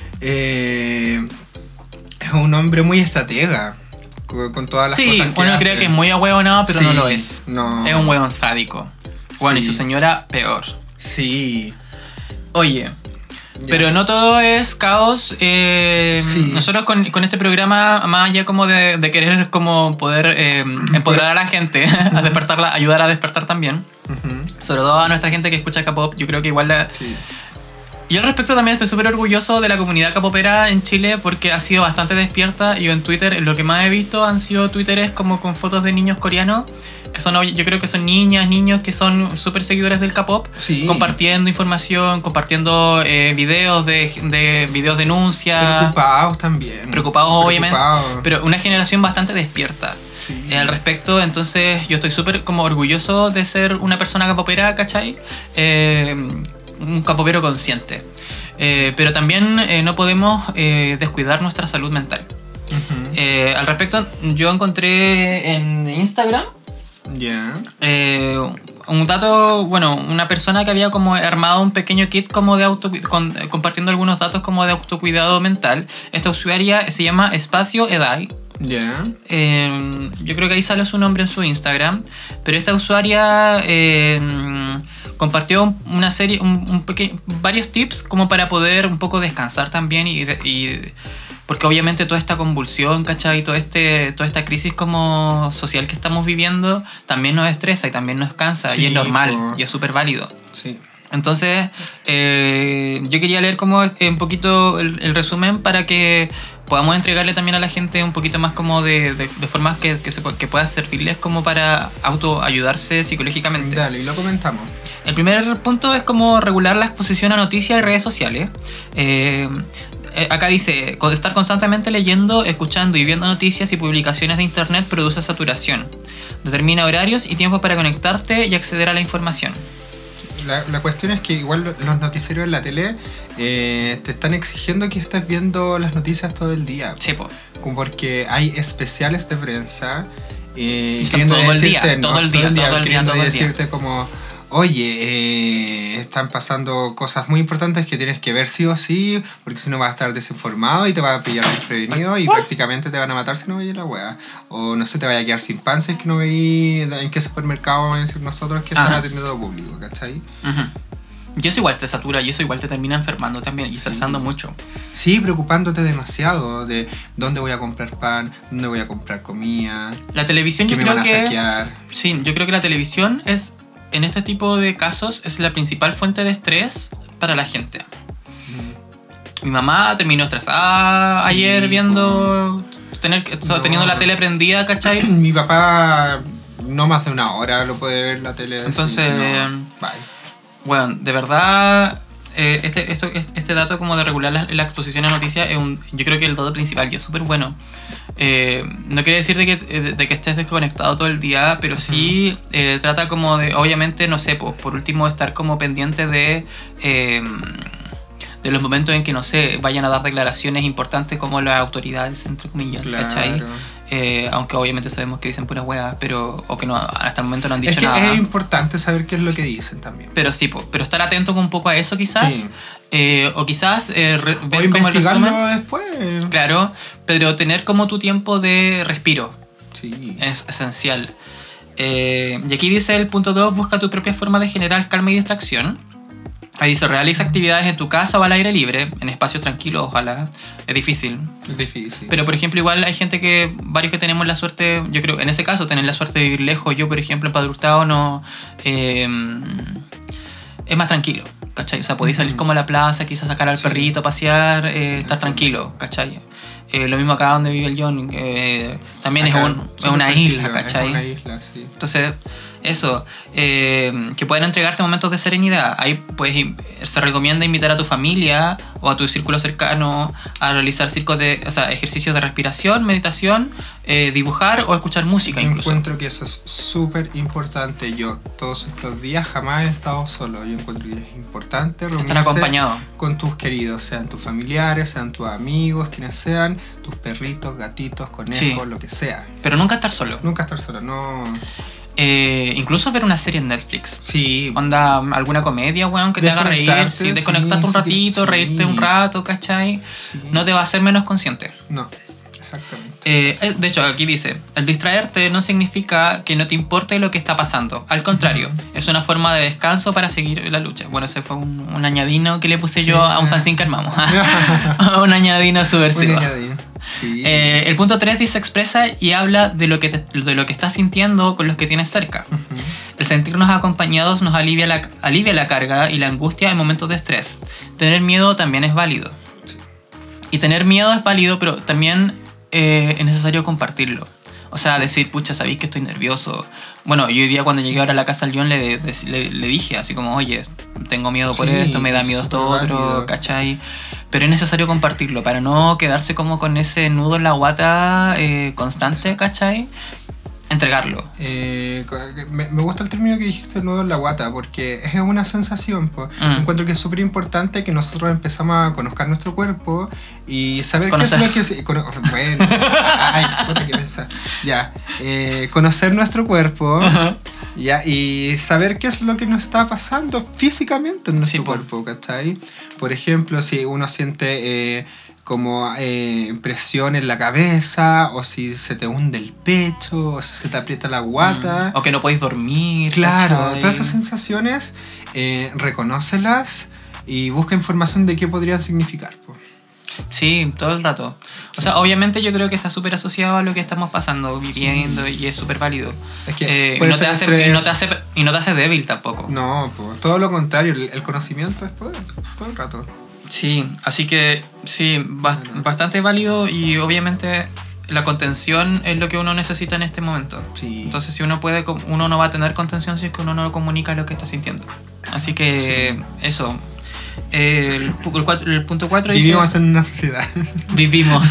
eh, es un hombre muy estratega con, con todas las sí, cosas que uno hace. cree que es muy ahueonado, pero sí, no lo es. No. Es un hueón sádico. Bueno, sí. Y su señora, peor. Sí. Oye, Ya. pero no todo es caos. Eh, Sí. Nosotros con, con este programa, más allá como de, de querer como poder eh, empoderar a la gente, a despertarla, ayudar a despertar también. Uh-huh. Sobre todo a nuestra gente que escucha K-pop, yo creo que igual la... Sí. Yo al respecto también estoy súper orgulloso de la comunidad K-popera en Chile porque ha sido bastante despierta. Y yo en Twitter, lo que más he visto han sido Twitteres como con fotos de niños coreanos, que son, yo creo que son niñas, niños que son súper seguidores del K-pop, Sí. compartiendo información, compartiendo eh, videos de, de videos denuncias. Preocupados también. Preocupados, obviamente. Preocupados. Pero una generación bastante despierta. Sí. Eh, al respecto, entonces yo estoy súper como orgulloso de ser una persona capopera, ¿cachai? Eh, un capopero consciente. Eh, pero también eh, no podemos eh, descuidar nuestra salud mental. Uh-huh. Eh, al respecto, yo encontré en Instagram Ya. eh, un dato, bueno, una persona que había como armado un pequeño kit como de auto, con, compartiendo algunos datos como de autocuidado mental. Esta usuaria se llama Espacio Edai. Ya. Eh, yo creo que ahí sale su nombre en su Instagram. Pero esta usuaria eh, compartió una serie, un, un pequeño, varios tips como para poder un poco descansar también y, y porque obviamente toda esta convulsión, ¿cachai? Todo este, toda esta crisis como social que estamos viviendo también nos estresa y también nos cansa. Sí, y es normal po. y es súper válido. Sí. Entonces, eh, yo quería leer como eh, un poquito el, el resumen para que podamos entregarle también a la gente un poquito más como de, de, de formas que, que, se, que pueda servirles como para autoayudarse psicológicamente. Dale, y lo comentamos. El primer punto es como regular la exposición a noticias y redes sociales. Eh, eh, acá dice, estar constantemente leyendo, escuchando y viendo noticias y publicaciones de internet produce saturación. Determina horarios y tiempos para conectarte y acceder a la información. La, la cuestión es que igual los noticieros en la tele eh, te están exigiendo que estés viendo las noticias todo el día. Sí, po. Como porque hay especiales de prensa eh, Y está queriendo todo el decirte, día, ¿no? todo el día, todo el día, queriendo todo el día. decirte como, oye, eh, están pasando cosas muy importantes que tienes que ver sí o sí, porque si no vas a estar desinformado y te vas a pillar desprevenido y prácticamente te van a matar si no veis la wea. O no sé, te vaya a quedar sin pan si es que no veis en qué supermercado vamos a decir nosotros que están Ajá. atendiendo público, ¿cachai? Uh-huh. Y eso igual te satura y eso igual te termina enfermando también y estresando mucho. Sí, preocupándote demasiado de dónde voy a comprar pan, dónde voy a comprar comida, La televisión que yo me creo van a que... saquear. Sí, yo creo que la televisión es, en este tipo de casos, es la principal fuente de estrés para la gente. Mm. Mi mamá terminó estresada Sí, ayer viendo... Tener, No. teniendo la tele prendida, ¿cachai? Mi papá no más de una hora lo puede ver la tele. Entonces, si no, bye. Bueno, de verdad, eh, este, esto, este dato como de regular la, la exposición a noticias es un, yo creo que el dato principal y es súper bueno. Eh, no quiere decir de que, de, de que estés desconectado todo el día, pero sí eh, trata como de, obviamente, no sé, pues, por último estar como pendiente de... Eh, de los momentos en que, no sé, vayan a dar declaraciones importantes como las autoridades, entre comillas, Claro. ¿cachai? eh, aunque obviamente sabemos que dicen puras huevas, pero o que no, hasta el momento no han dicho es que nada. es importante saber qué es lo que dicen también. Pero sí, po, pero estar atento un poco a eso quizás, Sí. eh, o quizás eh, re- O ver como el investigarlo resumen. después. Claro, pero tener como tu tiempo de respiro Sí. es esencial. Eh, y aquí dice el punto dos, busca tu propia forma de generar calma y distracción. Ahí dice, realiza actividades en tu casa o al aire libre, en espacios tranquilos, ojalá. Es difícil. Es difícil. Pero, por ejemplo, igual hay gente que, varios que tenemos la suerte, yo creo, en ese caso, tener la suerte de vivir lejos. Yo, por ejemplo, en Padre Hurtado no... Eh, es más tranquilo, ¿cachai? O sea, podéis salir como a la plaza, quizás sacar al Sí. perrito a pasear, eh, estar tranquilo, ¿cachai? Eh, lo mismo acá donde vive el John, eh, también Acá, es, un- es súper una tranquilo, isla, ¿cachai? Es una isla, sí. Entonces, eso, eh, que pueden entregarte momentos de serenidad. Ahí pues in- se recomienda invitar a tu familia o a tu círculo cercano a realizar circos de, o sea, ejercicios de respiración, meditación, eh, dibujar o escuchar música Yo incluso. encuentro que eso es súper importante. Yo todos estos días jamás he estado solo. Yo encuentro que es importante Estar reunirse acompañado. con tus queridos, sean tus familiares, sean tus amigos, quienes sean, tus perritos, gatitos, conejos, Sí. lo que sea. Pero nunca estar solo. Nunca estar solo, no. Eh, incluso ver una serie en Netflix. Sí, Onda, alguna comedia, weón, que te haga reír. Desconectarte, Sí, desconectarte sí, un sí, ratito, sí. reírte un rato, ¿cachai? sí. No te va a hacer menos consciente. No, exactamente. Eh, de hecho, aquí dice, el distraerte no significa que no te importe lo que está pasando. Al contrario, es una forma de descanso para seguir la lucha. Bueno, ese fue un, un añadino que le puse Sí. yo a un fanzine que armamos. un añadino subversivo. Muy añadido. Sí. Eh, el punto tres dice, expresa y habla de lo, que te- de lo que estás sintiendo con los que tienes cerca. Ujú. El sentirnos acompañados nos alivia la, alivia la carga y la angustia en momentos de estrés. Tener miedo también es válido. Y tener miedo es válido, pero también eh, es necesario compartirlo. O sea, decir, pucha, sabéis que estoy nervioso. Bueno, yo hoy día cuando llegué ahora a la casa al León le, de- le, le dije así como, oye, tengo miedo por Sí, esto, me da es miedo esto súper otro, válido. ¿cachai? Pero es necesario compartirlo para no quedarse como con ese nudo en la guata eh, constante, ¿cachai? Entregarlo. Eh, me, me gusta el término que dijiste, nudo en la guata, porque es una sensación. Po. Mm. Encuentro que es súper importante que nosotros empezamos a conocer nuestro cuerpo y saber Conocer. qué es lo que... se- cono- bueno, ay, puta que pensar. Ya, eh, conocer nuestro cuerpo ya, y saber qué es lo que nos está pasando físicamente en nuestro Sí, po. cuerpo, ¿cachai? Por ejemplo, si uno siente... Eh, como eh, presión en la cabeza, o si se te hunde el pecho, o si se te aprieta la guata. O que no podéis dormir. Claro, ¿cachai? todas esas sensaciones, eh, reconócelas y busca información de qué podrían significar. Po. Sí, todo el rato. O sea, obviamente yo creo que está súper asociado a lo que estamos pasando, viviendo, y es súper válido. Es que Eh, y, puede no te ser hace, estrés. y, no te hace, y no te hace débil tampoco. No, po, todo lo contrario, el, el conocimiento es poder, todo el rato. Sí, así que sí, bas- bastante válido, y obviamente la contención es lo que uno necesita en este momento. Sí. Entonces, si uno puede, com- uno no va a tener contención si es que uno no comunica lo que está sintiendo. Así que Sí. eso. Eh, el, pu- el cuatro- el punto cuatro dice... Vivimos en una sociedad. Vivimos.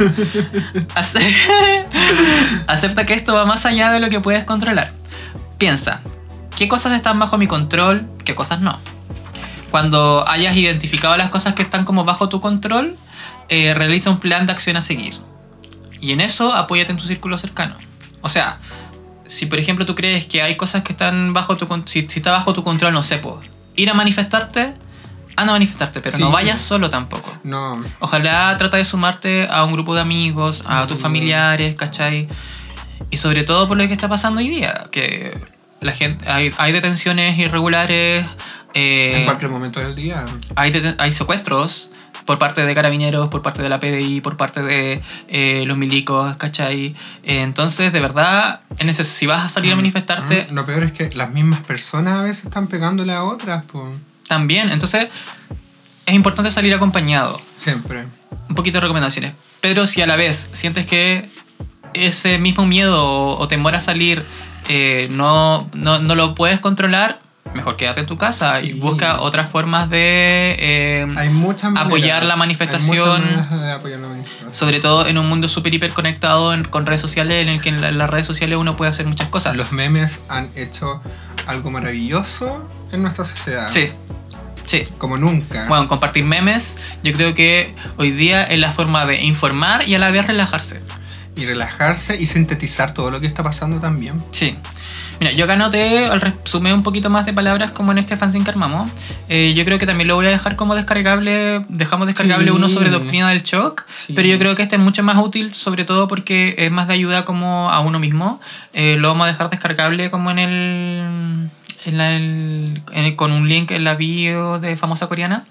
Ace- Acepta que esto va más allá de lo que puedes controlar. Piensa, ¿qué cosas están bajo mi control? ¿Qué cosas no? Cuando hayas identificado las cosas que están como bajo tu control, eh, realiza un plan de acción a seguir. Y en eso apóyate en tu círculo cercano. O sea, si por ejemplo tú crees que hay cosas que están bajo tu control, si, si está bajo tu control, no sé, po, ir a manifestarte, anda a manifestarte, pero Sí. no vayas solo tampoco. No, Ojalá trata de sumarte a un grupo de amigos, a tus familiares, ¿cachai? Y sobre todo por lo que está pasando hoy día, que la gente hay, hay detenciones irregulares, eh, en cualquier momento del día. hay, deten- hay secuestros por parte de carabineros, por parte de la P D I, por parte de eh, los milicos, ¿cachai? Eh, entonces, de verdad, es neces- si vas a salir a manifestarte, Mm, Lo peor es que las mismas personas a veces están pegándole a otras, po. también. Entonces, es importante salir acompañado. Siempre. Un poquito de recomendaciones. Pero si a la vez sientes que ese mismo miedo o, o temor a salir eh, no, no, no lo puedes controlar, mejor quédate en tu casa y Sí. busca otras formas de eh, Hay muchas maneras. apoyar la manifestación. Hay muchas maneras de apoyar la manifestación. sobre todo en un mundo súper hiper conectado en- con redes sociales, en el que en, la- en las redes sociales uno puede hacer muchas cosas. Los memes han hecho algo maravilloso en nuestra sociedad. Sí, sí. Como nunca. Bueno, compartir memes, yo creo que hoy día es la forma de informar y a la vez relajarse. y relajarse y sintetizar todo lo que está pasando también. Sí. Mira, yo acá anoté, al resumir un poquito más de palabras como en este fanzine que armamos. Eh, yo creo que también lo voy a dejar como descargable. Dejamos descargable Sí. uno sobre doctrina del shock. Sí. Pero yo creo que este es mucho más útil, sobre todo porque es más de ayuda como a uno mismo. Eh, lo vamos a dejar descargable como en el, en la, el, en el- con un link en la bio de Famosa Coreana.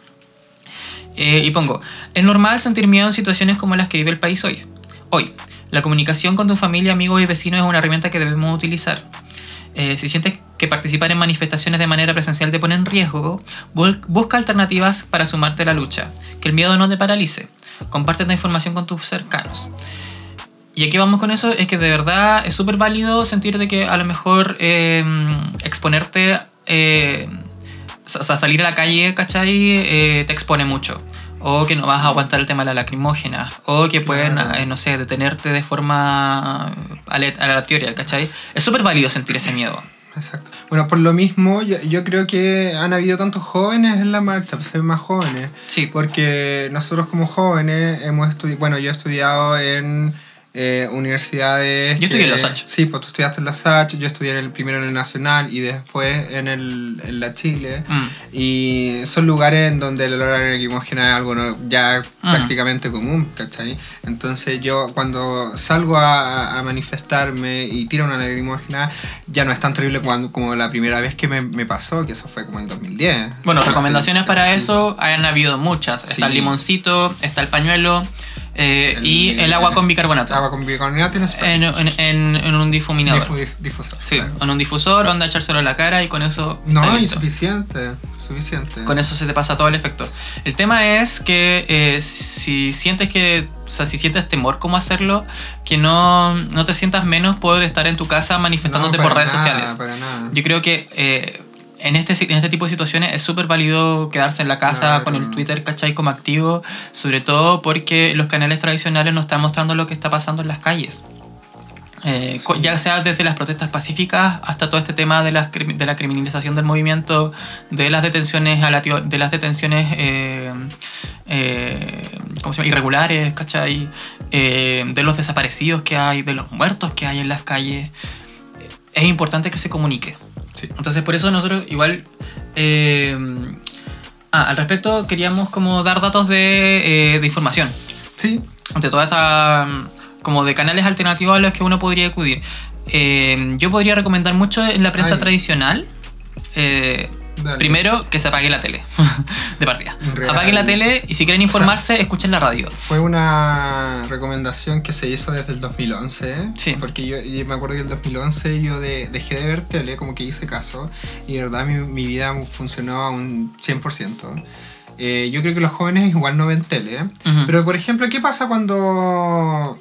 Eh, y pongo, es normal sentir miedo en situaciones como las que vive el país hoy. Hoy, la comunicación con tu familia, amigos y vecinos es una herramienta que debemos utilizar. Eh, si sientes que participar en manifestaciones de manera presencial te pone en riesgo, bul- busca alternativas para sumarte a la lucha. Que el miedo no te paralice. Comparte esta información con tus cercanos. Y aquí vamos con eso, es que de verdad es súper válido sentir de que a lo mejor eh, exponerte, eh, o sea, salir a la calle, ¿cachai? Eh, te expone mucho. O que no vas a aguantar el tema de la lacrimógena. O que pueden, Claro. eh, no sé, detenerte de forma ale- aleatoria, ¿cachai? Es súper válido sentir ese miedo. Exacto. Bueno, por lo mismo, yo, yo creo que han habido tantos jóvenes en la marcha, pues hay más jóvenes. Sí. Porque nosotros como jóvenes hemos estudiado, bueno, yo he estudiado en eh, universidades... Yo estudié en que- la SACH. Sí, pues tú estudiaste en la SACH, yo estudié en el, primero en el Nacional y después en, el, en la Chile. Mm. Y son lugares en donde el olor a lacrimógena es algo no- ya Mm. prácticamente común, ¿cachai? Entonces yo cuando salgo a, a manifestarme y tiro una lacrimógena, ya no es tan terrible cuando, como la primera vez que me, me pasó, que eso fue como en el dos mil diez. Bueno, Ah, recomendaciones sí, para sí. eso han habido muchas. Está Sí. el limoncito, está el pañuelo eh, El- y el agua con bicarbonato. Agua con bicarbonato en spray. En, en, en- en un difuminador. Difu- difusor. Sí, claro. en un difusor, onda echárselo a la cara y con eso. No, está listo. insuficiente. Suficiente. Con eso se te pasa todo el efecto. El tema es que eh, si sientes que, o sea, si sientes temor cómo hacerlo, que no, no te sientas menos por estar en tu casa manifestándote No, por para redes nada, sociales. para nada. Yo creo que eh, en, este, en este tipo de situaciones es súper válido quedarse en la casa Claro. con el Twitter, ¿cachai? Como activo, sobre todo porque los canales tradicionales nos están mostrando lo que está pasando en las calles. Eh, co- Sí. Ya sea desde las protestas pacíficas hasta todo este tema de, las, crim- de la criminalización del movimiento, de las detenciones, alatio- de las detenciones eh, eh, ¿cómo se llama? Irregulares, ¿cachai? Eh, de los desaparecidos que hay, de los muertos que hay en las calles. Es importante que se comunique. Sí. Entonces por eso nosotros igual... eh, ah, al respecto queríamos como dar datos de, eh, de información Sí. de toda esta como de canales alternativos a los que uno podría acudir. Eh, yo podría recomendar mucho en la prensa Ay. tradicional. eh, Dale. primero, que se apague la tele. De partida. Real. Apaguen la tele y si quieren informarse, escuchen la radio. Fue una recomendación que se hizo desde el dos mil once. Sí. Porque yo, yo me acuerdo que en el dos mil once yo de- dejé de ver tele, como que hice caso. Y de verdad mi, mi vida funcionó a un cien por ciento. Eh, yo creo que los jóvenes igual no ven tele. Ujú. Pero por ejemplo, ¿qué pasa cuando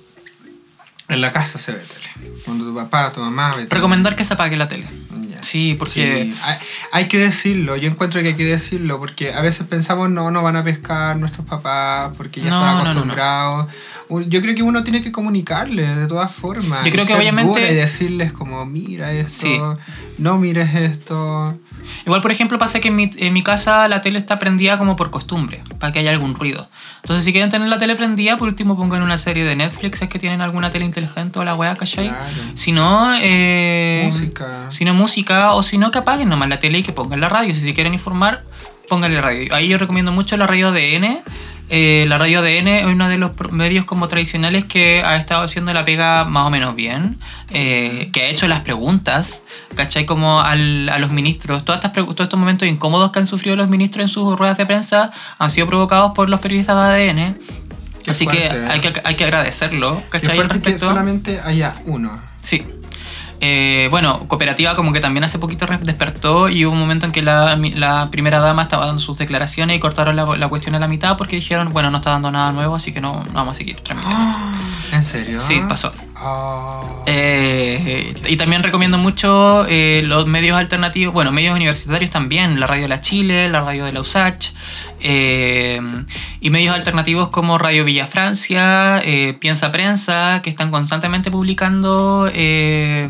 en la casa se ve tele? Cuando tu papá, tu mamá ve tele. Recomendar que se apague la tele. Ya. Sí, porque... Sí, hay, hay que decirlo, yo encuentro que hay que decirlo, porque a veces pensamos no, no van a pescar nuestros papás, porque ya No, están no, no, no. acostumbrados. Un- Yo creo que uno tiene que comunicarles de todas formas. Yo creo y que ser obviamente- dura y decirles como, mira esto, Sí. no mires esto. Igual, por ejemplo, pasa que en mi, en mi casa la tele está prendida como por costumbre, para que haya algún ruido. Entonces, si quieren tener la tele prendida, por último pongan una serie de Netflix, si es que tienen alguna tele inteligente o la weá, ¿cachai? Claro. Si no, eh, Música. Si no, música, o si no, que apaguen nomás la tele y que pongan la radio. Si se quieren informar, pónganle radio. Ahí yo recomiendo mucho la radio A D N. Eh, la radio A D N es uno de los pro- medios como tradicionales que ha estado haciendo la pega más o menos bien, eh, que ha hecho las preguntas, ¿cachai? Como al, a los ministros. Todas estas, pregu- todos estos momentos incómodos que han sufrido los ministros en sus ruedas de prensa han sido provocados por los periodistas de A D N. Qué Así fuerte, que ¿eh? hay, que hay que agradecerlo, Qué ¿cachai? Al fuerte que respecto. solamente haya uno. Sí. Eh, bueno, Cooperativa como que también hace poquito re- despertó y hubo un momento en que la, mi- la primera dama estaba dando sus declaraciones y cortaron la, la cuestión a la mitad porque dijeron, bueno, no está dando nada nuevo, así que no, no vamos a seguir transmitiendo. ¡Ah! ¿En serio? Sí, pasó. Oh. Eh, y también recomiendo mucho eh, los medios alternativos, bueno, medios universitarios también, la radio de la Chile, la radio de la U S A C H, eh, y medios alternativos como Radio Villa Francia, eh, Piensa Prensa, que están constantemente publicando eh,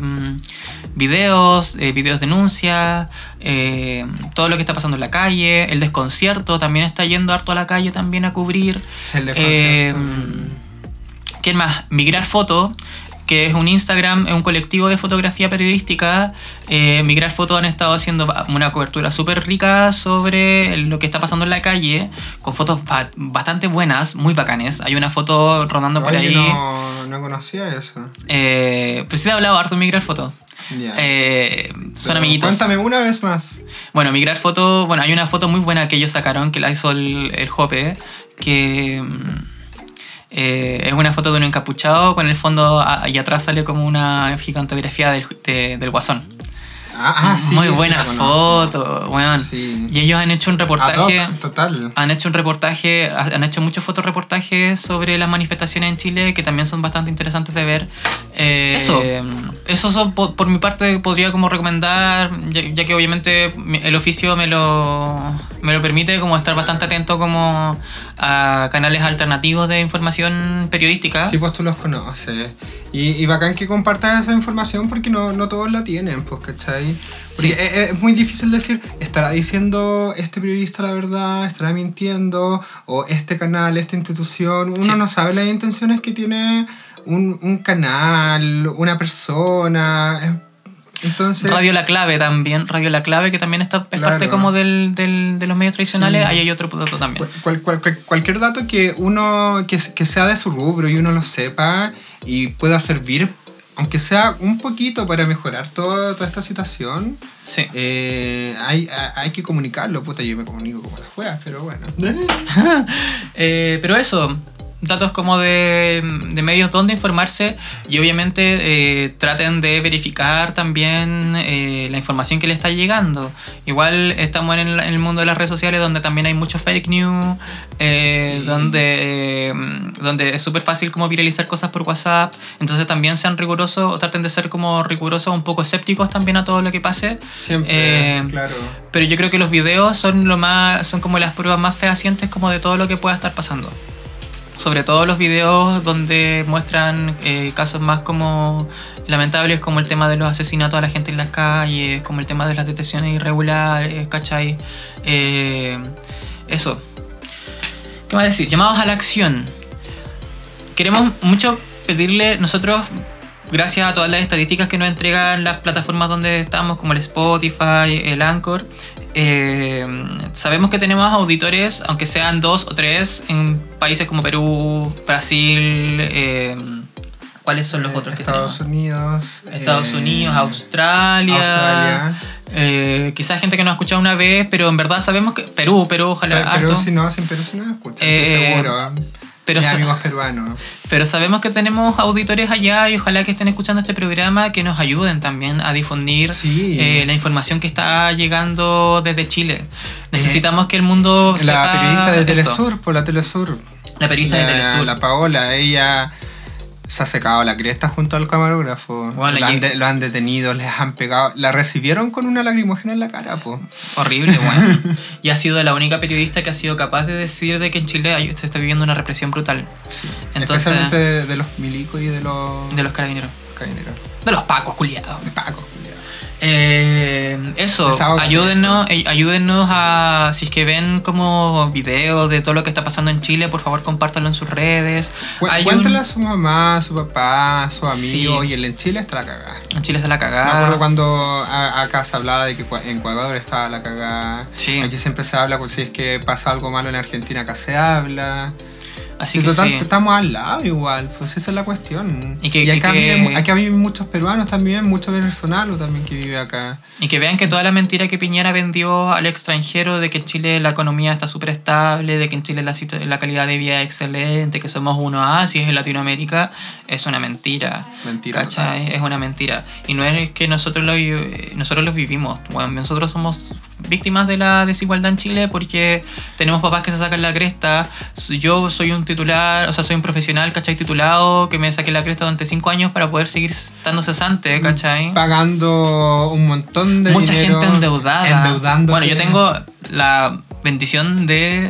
videos, eh, videos denuncias, eh, todo lo que está pasando en la calle, el desconcierto también está yendo harto a la calle también a cubrir. Es el Eh, desconcierto. ¿quién más? Migrar Foto, que es un Instagram, es un colectivo de fotografía periodística. Eh, Migrar Foto han estado haciendo una cobertura súper rica sobre lo que está pasando en la calle, con fotos ba- bastante buenas, muy bacanes. Hay una foto rodando por Oye, ahí. no, no conocía eso. Eh, pues sí, he hablado harto de Migrar Foto. Ya. Eh, son Pero amiguitos. Cuéntame una vez más. Bueno, Migrar Foto, bueno, hay una foto muy buena que ellos sacaron, que la hizo el, el Jope, que eh, es una foto de un encapuchado con el fondo a- y atrás sale como una gigantografía del, de- del Guasón. Ah, ah sí. Muy sí, buena la conozco. foto, weón. Sí. Y ellos han hecho un reportaje. Ad hoc, total. Han hecho un reportaje, han hecho muchos fotoreportajes sobre las manifestaciones en Chile que también son bastante interesantes de ver. Eh, eso, eso son, por, por mi parte podría como recomendar, ya, ya que obviamente mi- el oficio me lo, me lo permite, como estar bastante atento como a canales alternativos de información periodística. Sí, pues tú los conoces. Y, y bacán que compartas esa información porque no, no todos la tienen, pues, ¿cachai? Porque Sí. es, es muy difícil decir, ¿estará diciendo este periodista la verdad? ¿Estará mintiendo? ¿O este canal, esta institución? Uno Sí. no sabe las intenciones que tiene un, un canal, una persona. Entonces... Radio La Clave también, Radio La Clave que también está, es Claro. parte como del, del, de los medios tradicionales, Sí. ahí hay otro dato también. Cual- cual- cual- cualquier dato que uno que, que sea de su rubro y uno lo sepa y pueda servir, aunque sea un poquito para mejorar todo- toda esta situación, Sí. eh, hay, hay que comunicarlo. Puta, yo me comunico como las juegas, pero bueno. Eh, pero eso, datos como de, de medios donde informarse y obviamente eh, traten de verificar también eh, la información que le está llegando. Igual estamos en el, en el mundo de las redes sociales donde también hay mucho fake news, eh, Sí. donde, eh, donde es súper fácil como viralizar cosas por WhatsApp. Entonces también sean rigurosos o traten de ser como rigurosos, un poco escépticos también a todo lo que pase. Siempre, Eh, claro. Pero yo creo que los videos son lo más son como las pruebas más fehacientes como de todo lo que pueda estar pasando. Sobre todo los videos donde muestran eh, casos más como lamentables, como el tema de los asesinatos a la gente en las calles, como el tema de las detenciones irregulares, ¿cachai? Eh, eso. ¿Qué más decir? Llamados a la acción. Queremos mucho pedirle, nosotros, gracias a todas las estadísticas que nos entregan las plataformas donde estamos, como el Spotify, el Anchor, eh, sabemos que tenemos auditores, aunque sean dos o tres, en países como Perú, Brasil, eh, ¿cuáles son los otros que Estados tenemos? Unidos. Estados eh, Unidos, Australia, Australia. eh, quizás gente que nos ha escuchado una vez, pero en verdad sabemos que Perú, Perú, ojalá Pero, harto. pero si no, sin Perú si no me escuchan, Eh, estoy seguro. pero Mis sa- amigos peruanos. Pero sabemos que tenemos auditores allá y ojalá que estén escuchando este programa, que nos ayuden también a difundir Sí. eh, la información que está llegando desde Chile. Necesitamos que el mundo La sepa periodista de esto. Telesur, por la Telesur. La periodista de La- Telesur. La Paola, ella se ha secado la cresta junto al camarógrafo. Bueno, lo, han y- de- lo han detenido, les han pegado. La recibieron con una lacrimógena en la cara, po. Horrible, bueno. Y ha sido la única periodista que ha sido capaz de decir de que en Chile hay- se está viviendo una represión brutal. Sí. Entonces- Especialmente de, de los milicos y de los De los carabineros. carabineros. De los pacos, culiados. De Paco. Eh, eso, Desahógate, ayúdennos, eh, ayúdennos a, si es que ven como videos de todo lo que está pasando en Chile, por favor compártanlo en sus redes. Cu- Hay Cuéntale un- a su mamá, a su papá, a su amigo. Sí. Y él en Chile está la cagada. En Chile está la Me acuerdo cagada. cuando a- acá se hablaba de que cua- en Ecuador estaba la cagada. Sí. Aquí siempre se habla, pues si es que pasa algo malo en Argentina, acá se habla. Así Y que total, sí. estamos al lado igual, pues esa es la cuestión. Y que- y acá, y que- viven, acá viven muchos peruanos también, muchos venezolanos también que viven acá. Y que vean que toda la mentira que Piñera vendió al extranjero de que en Chile la economía está súper estable, de que en Chile la, situ- la calidad de vida es excelente, que somos uno A, si es en Latinoamérica, es una mentira. Mentira ¿Cachai? Es una mentira. Y no es que nosotros lo, vi- nosotros los vivimos. Bueno, nosotros somos víctimas de la desigualdad en Chile porque tenemos papás que se sacan la cresta. Yo soy un titular, o sea, soy un profesional, ¿cachai? Titulado, que me saqué la cresta durante cinco años para poder seguir estando cesante, ¿cachai? Pagando un montón de Mucha dinero. gente endeudada. Endeudando. Bueno, yo tengo la bendición de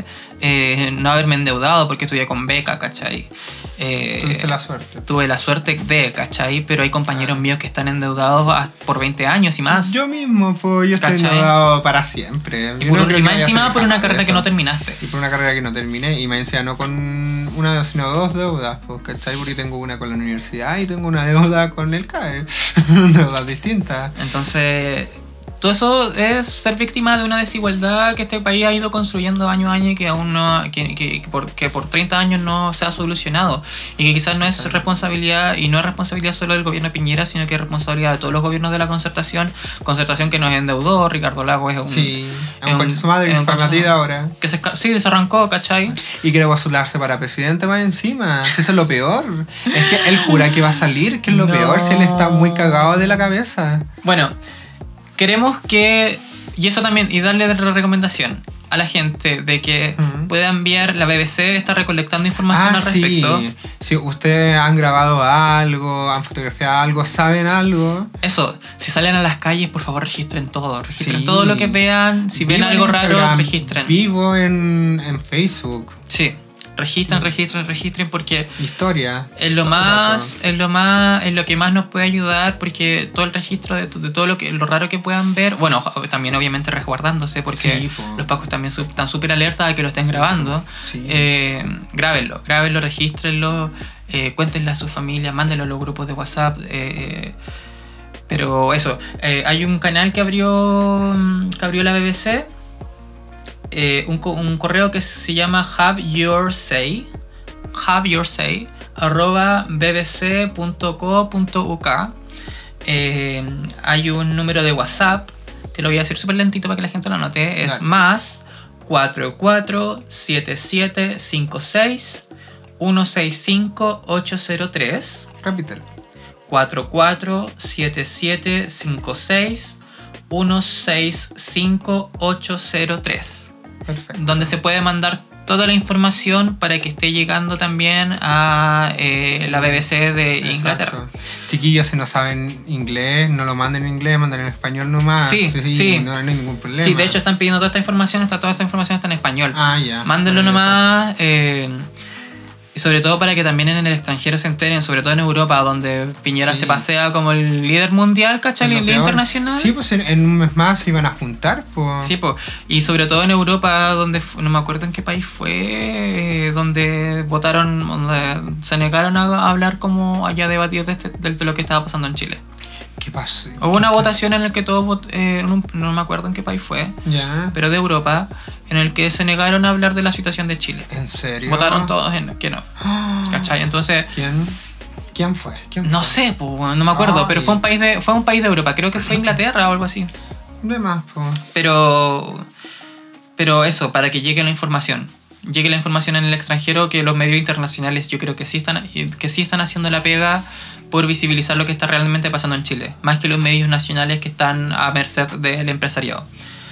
eh, no haberme endeudado porque estudié con beca, ¿cachai? Eh, Tuviste la suerte. Tuve la suerte de, ¿cachai? Pero hay compañeros míos que están endeudados a- por veinte años y más. Yo mismo, pues yo estoy ¿Cachai? endeudado para siempre. y Yo por no un- creo y que más vaya a encima ser por una capaz de carrera que eso. no terminaste. Y por una carrera que no terminé, y me decía no con una, sino dos deudas, pues, ¿cachai? Porque tengo una con la universidad y tengo una deuda con el C A E. Deudas distintas. Entonces, todo eso es ser víctima de una desigualdad que este país ha ido construyendo año a año y que aún no, que, que, que por, que por treinta años no se ha solucionado. Y que quizás no es responsabilidad, y no es responsabilidad solo del gobierno de Piñera, sino que es responsabilidad de todos los gobiernos de la concertación. Concertación que nos endeudó, Ricardo Lagos es un... Sí, es es un concha su madre que es se un fue a concha su Madrid madre. ahora. Que se, esca- sí, se arrancó, ¿cachai? Y quiere postularse para presidente más encima. Si eso es lo peor. Es que él jura que va a salir, que es lo No. peor, si él está muy cagado de la cabeza. Bueno, queremos que, y eso también, y darle la recomendación a la gente de que Ujú. pueda enviar, la B B C está recolectando información Ah, al respecto. sí. Si ustedes han grabado algo, han fotografiado algo, saben algo. Eso, si salen a las calles, por favor registren todo, registren Sí. todo lo que vean, si ven Vivo en algo raro, Instagram, registren. Vivo en, en Facebook. Sí, registren, registren, registren porque Historia. es lo Todo más, rato. es lo más, es lo que más nos puede ayudar porque todo el registro de, de todo lo que lo raro que puedan ver, bueno, también obviamente resguardándose porque Sí, po. los pacos también su- están súper alertas a que lo estén grabando. Sí. Eh, grábenlo, grábenlo, regístrenlo, eh, cuéntenle a su familia, mándenlo a los grupos de WhatsApp. eh, pero eso, eh, hay un canal que abrió, que abrió la B B C. Eh, un, co- un correo que se llama Have Your Say, Have Your Say, arroba bbc punto co punto uk. Eh, hay un número de WhatsApp, que lo voy a decir súper lentito para que la gente lo anote, es Dale. más cuatro cuatro siete siete cinco seis uno seis cinco ocho cero tres. Repítelo. cuatro cuatro siete siete cinco seis uno seis cinco ocho cero tres, Perfecto. donde se puede mandar toda la información para que esté llegando también a eh, la B B C de Inglaterra. Exacto. Chiquillos, si no saben inglés, no lo manden en inglés, manden en español nomás. Sí, sí. No, no hay ningún problema. Sí, de hecho están pidiendo toda esta información, está, toda esta información está en español. Ah, ya. Mándenlo Bueno, nomás. eh, y sobre todo para que también en el extranjero se enteren, sobre todo en Europa, donde Piñera Sí. se pasea como el líder mundial, ¿cachai? es lo El líder peor. internacional. Sí, pues en, en un mes más se iban a juntar, pues. Sí, po. Y sobre todo en Europa, donde fu- no me acuerdo en qué país fue, eh, donde votaron, donde se negaron a hablar como haya debatido de, este- de lo que estaba pasando en Chile. ¿Qué pasó? Hubo una votación en la que todos, vot- eh, en un- no me acuerdo en qué país fue, Ya. pero de Europa, en el que se negaron a hablar de la situación de Chile. ¿En serio? Votaron todos en que no, Ah, ¿cachai? Entonces, ¿Quién? ¿Quién fue? ¿Quién no fue? sé, po, bueno, no me acuerdo, Ay. pero fue un país de fue un país de Europa, creo que fue Inglaterra o algo así. De más, pues. Pero, pero eso, para que llegue la información. Llegue la información en el extranjero, que los medios internacionales yo creo que sí están, que sí están haciendo la pega por visibilizar lo que está realmente pasando en Chile. Más que los medios nacionales que están a merced del empresariado.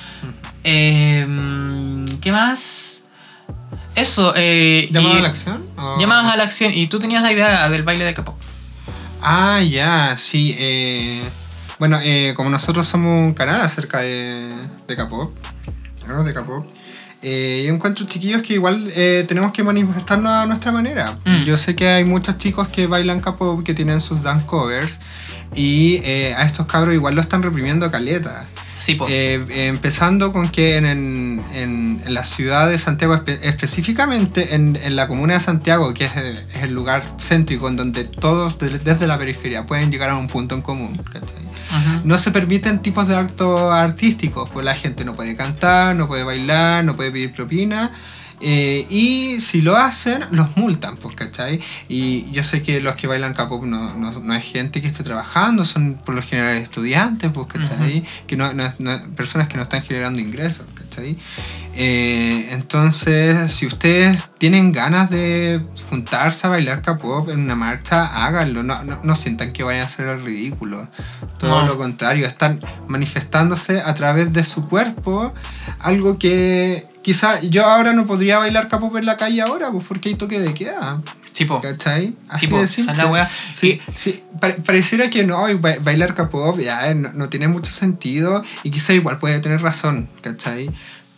Eh, ¿Qué más? Eso. Eh, ¿Llamado y- a la acción? ¿O- Llamadas a la acción. Y tú tenías la idea del baile de K-pop. Ah, ya, sí. Eh, bueno, eh, como nosotros somos un canal acerca de, de K-pop, ¿no? De K-pop, eh, yo encuentro, chiquillos, que igual eh, tenemos que manifestarnos a nuestra manera. Mm. Yo sé que hay muchos chicos que bailan K-pop, que tienen sus dance covers, y eh, a estos cabros igual lo están reprimiendo a caleta. Sí, po. Eh, eh, empezando con que en, en, en- en la ciudad de Santiago, espe- específicamente en, en la comuna de Santiago, que es el, es el lugar céntrico en donde todos de- desde la periferia pueden llegar a un punto en común, ¿cachai? Ujú. No se permiten tipos de actos artísticos, pues la gente no puede cantar, no puede bailar, no puede pedir propina. eh, y si lo hacen, los multan, pues, ¿cachai? Y yo sé que los que bailan K-pop no, no, no es gente que esté trabajando, son por lo general estudiantes, pues, ¿cachai? Que no, no- no- personas que no están generando ingresos, ¿cachai? Eh, entonces, si ustedes tienen ganas de juntarse a bailar K-pop en una marcha, háganlo. No, no, no sientan que vayan a hacer el ridículo. Todo No. lo contrario, están manifestándose a través de su cuerpo algo que quizá yo ahora no podría bailar K-pop en la calle ahora, pues porque hay toque de queda. Sí, po. ¿Cachai? Así po, de esa es simple. la wea. Sí, sí, pare- pareciera que no, y ba- bailar K-pop ya eh, no, no tiene mucho sentido y quizá igual puede tener razón, ¿cachai?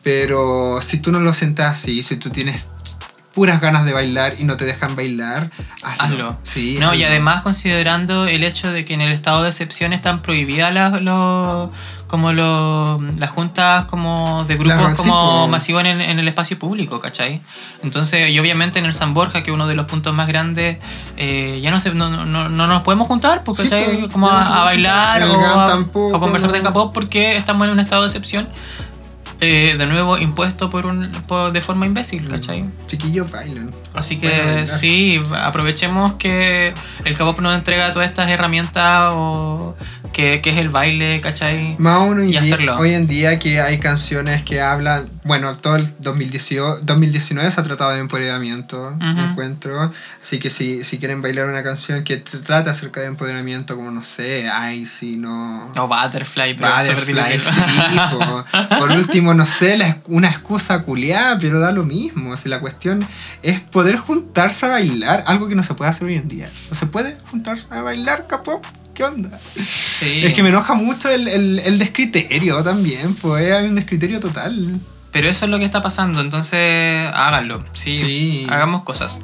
Pero si tú no lo sientes así, si tú tienes puras ganas de bailar y no te dejan bailar, hazlo. Hazlo. Sí, No, hazlo. y además considerando el hecho de que en el estado de excepción están prohibidas las los como los las juntas como de grupos Claro, sí, como po. masivos en, en el espacio público, ¿cachai? Entonces, y obviamente en el San Borja, que es uno de los puntos más grandes, eh, ya no, se, no, no, no no nos podemos juntar, pues, Sí, ¿cachai? po. Como Ya no a, se a puede bailar juntar. o El G A M a, tampoco. o conversar de K-pop porque estamos en un estado de excepción. Eh, de nuevo impuesto por un por, de forma imbécil, ¿cachai? Chiquillos bailan. Así Bueno, que bailar. sí, aprovechemos que el K-pop nos entrega todas estas herramientas o que, que es el baile, ¿cachai? Más aún hoy, Y día- hacerlo. hoy en día que hay canciones que hablan, bueno, todo el dos mil dieciocho, dos mil diecinueve se ha tratado de empoderamiento, Ujú. encuentro, así que si, si quieren bailar una canción que tr- trata acerca de empoderamiento, como no sé, Icy, no... O Butterfly, pero es súper Butterfly, difícil. sí, po. Por último, no sé, la, una excusa culiada, pero da lo mismo. Si la cuestión es poder juntarse a bailar, algo que no se puede hacer hoy en día. No se puede juntarse a bailar, capo. ¿Qué onda? Sí. Es que me enoja mucho el, el, el descriterio también, pues hay un descriterio total. Pero eso es lo que está pasando, entonces háganlo, sí, Sí. hagamos cosas.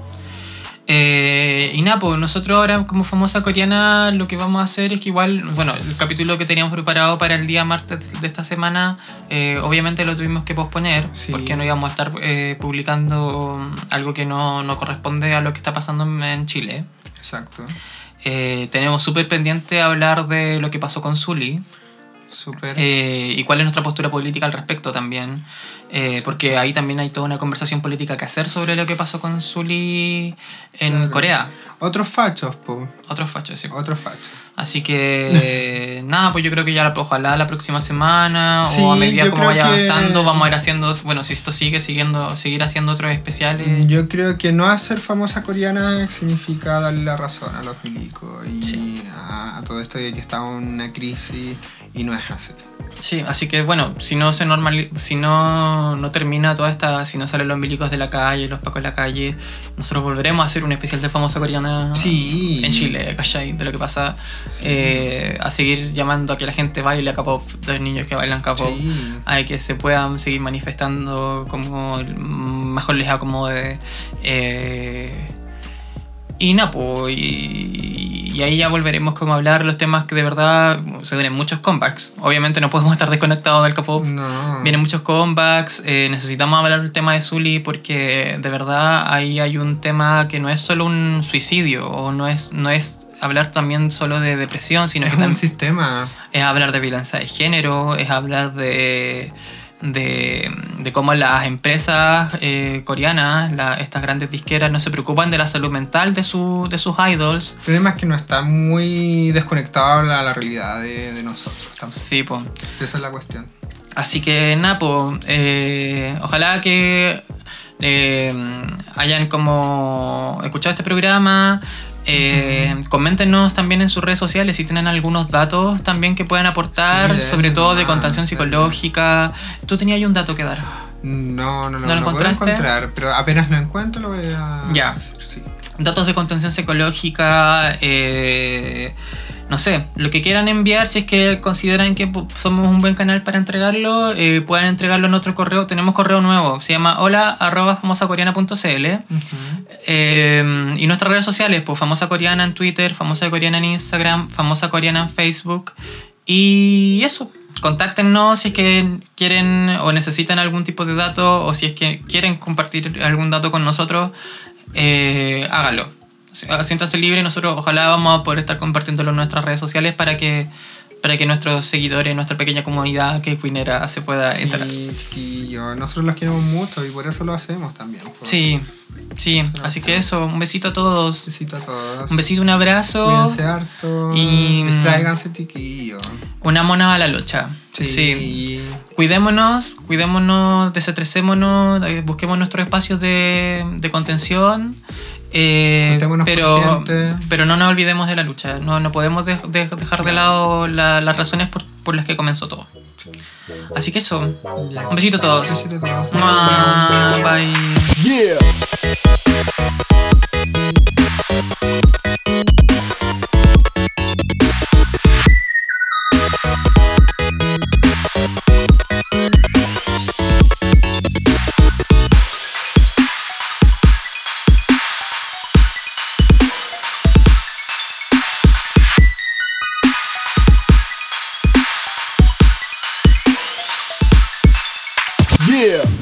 Eh, y nada, pues nosotros ahora como famosa coreana lo que vamos a hacer es que igual, bueno, el capítulo que teníamos preparado para el día martes de esta semana, eh, obviamente lo tuvimos que posponer Sí. porque no íbamos a estar eh, publicando algo que no, no corresponde a lo que está pasando en, en Chile. Exacto. Eh, tenemos súper pendiente hablar de lo que pasó con Zully. Súper. Eh, y cuál es nuestra postura política al respecto también, eh, porque ahí también hay toda una conversación política que hacer sobre lo que pasó con Zully en Claro. Corea. Otros fachos, po. Otros fachos, sí. Otros fachos. Así que nada, pues yo creo que ya ojalá la próxima semana Sí, o a medida yo como creo vaya que- avanzando vamos a ir haciendo, bueno, si esto sigue siguiendo, seguir haciendo otros especiales. Yo creo que no hacer famosa coreana significa darle la razón a los milicos y Sí. a, a todo esto de que estamos en una crisis y no es así. Sí, así que bueno, si no se normaliza, si no, no termina toda esta, si no salen los milicos de la calle, los pacos de la calle, nosotros volveremos a hacer un especial de famosa coreana Sí. en Chile, ¿cachai? De lo que pasa, Sí. eh, a seguir llamando a que la gente baile K-pop, los niños que bailan K-pop, Sí. a que se puedan seguir manifestando como mejor les acomode. Eh, y nada, pues, y, y ahí ya volveremos como a hablar los temas que de verdad se vienen muchos comebacks. Obviamente no podemos estar desconectados del K-pop. No. Vienen muchos comebacks, eh, necesitamos hablar del tema de Zully porque de verdad ahí hay un tema que no es solo un suicidio o no es, no es hablar también solo de depresión, sino Es que un también sistema. es hablar de violencia de género, es hablar de, de, de cómo las empresas eh, coreanas, la- estas grandes disqueras, no se preocupan de la salud mental de, su, de sus idols. El problema es que no está muy desconectado a la, la realidad de, de nosotros. Tampoco. Sí, pues. Esa es la cuestión. Así que nada, po, eh, ojalá que eh, hayan como escuchado este programa. Eh, coméntenos también en sus redes sociales si tienen algunos datos también que puedan aportar, Sí, sobre todo de ah, contención sí. psicológica. Tú tenías ahí un dato que dar. No, no, no, ¿No lo no puedo encontraste? encontrar, pero apenas lo encuentro lo voy a Ya. decir, sí. Datos de contención psicológica, eh, no sé, lo que quieran enviar, si es que consideran que pu- somos un buen canal para entregarlo, eh, pueden entregarlo en nuestro correo. Tenemos correo nuevo, se llama hola arroba famosacoreana punto cl. Ujú. Eh, y nuestras redes sociales, pues Famosa Coreana en Twitter, Famosa Coreana en Instagram, Famosa Coreana en Facebook. Y eso, contáctenos si es que quieren o necesitan algún tipo de dato o si es que quieren compartir algún dato con nosotros, eh, háganlo. Siéntanse libre, nosotros ojalá vamos a poder estar compartiéndolo en nuestras redes sociales para que, para que nuestros seguidores, nuestra pequeña comunidad que Queenera se pueda enterar. Sí, chiquillo. Nosotros los queremos mucho y por eso lo hacemos también. Pues. Sí, sí, así que eso, un besito a todos. Besito a todos. Un besito, un abrazo. Cuídense harto. Y- Distráiganse, chiquillos. Una mona a la lucha. Sí. Sí. Cuidémonos, cuidémonos, desestresémonos, eh, busquemos nuestros espacios de, de contención. eh, Juntémonos con pero, gente. pero no nos olvidemos de la lucha. No, no podemos de- de- dejar de lado la- las razones por, por las que comenzó todo. Así que eso. Ya. Un besito a todos. Besito a todos. Mua, bye. Yeah. Yeah.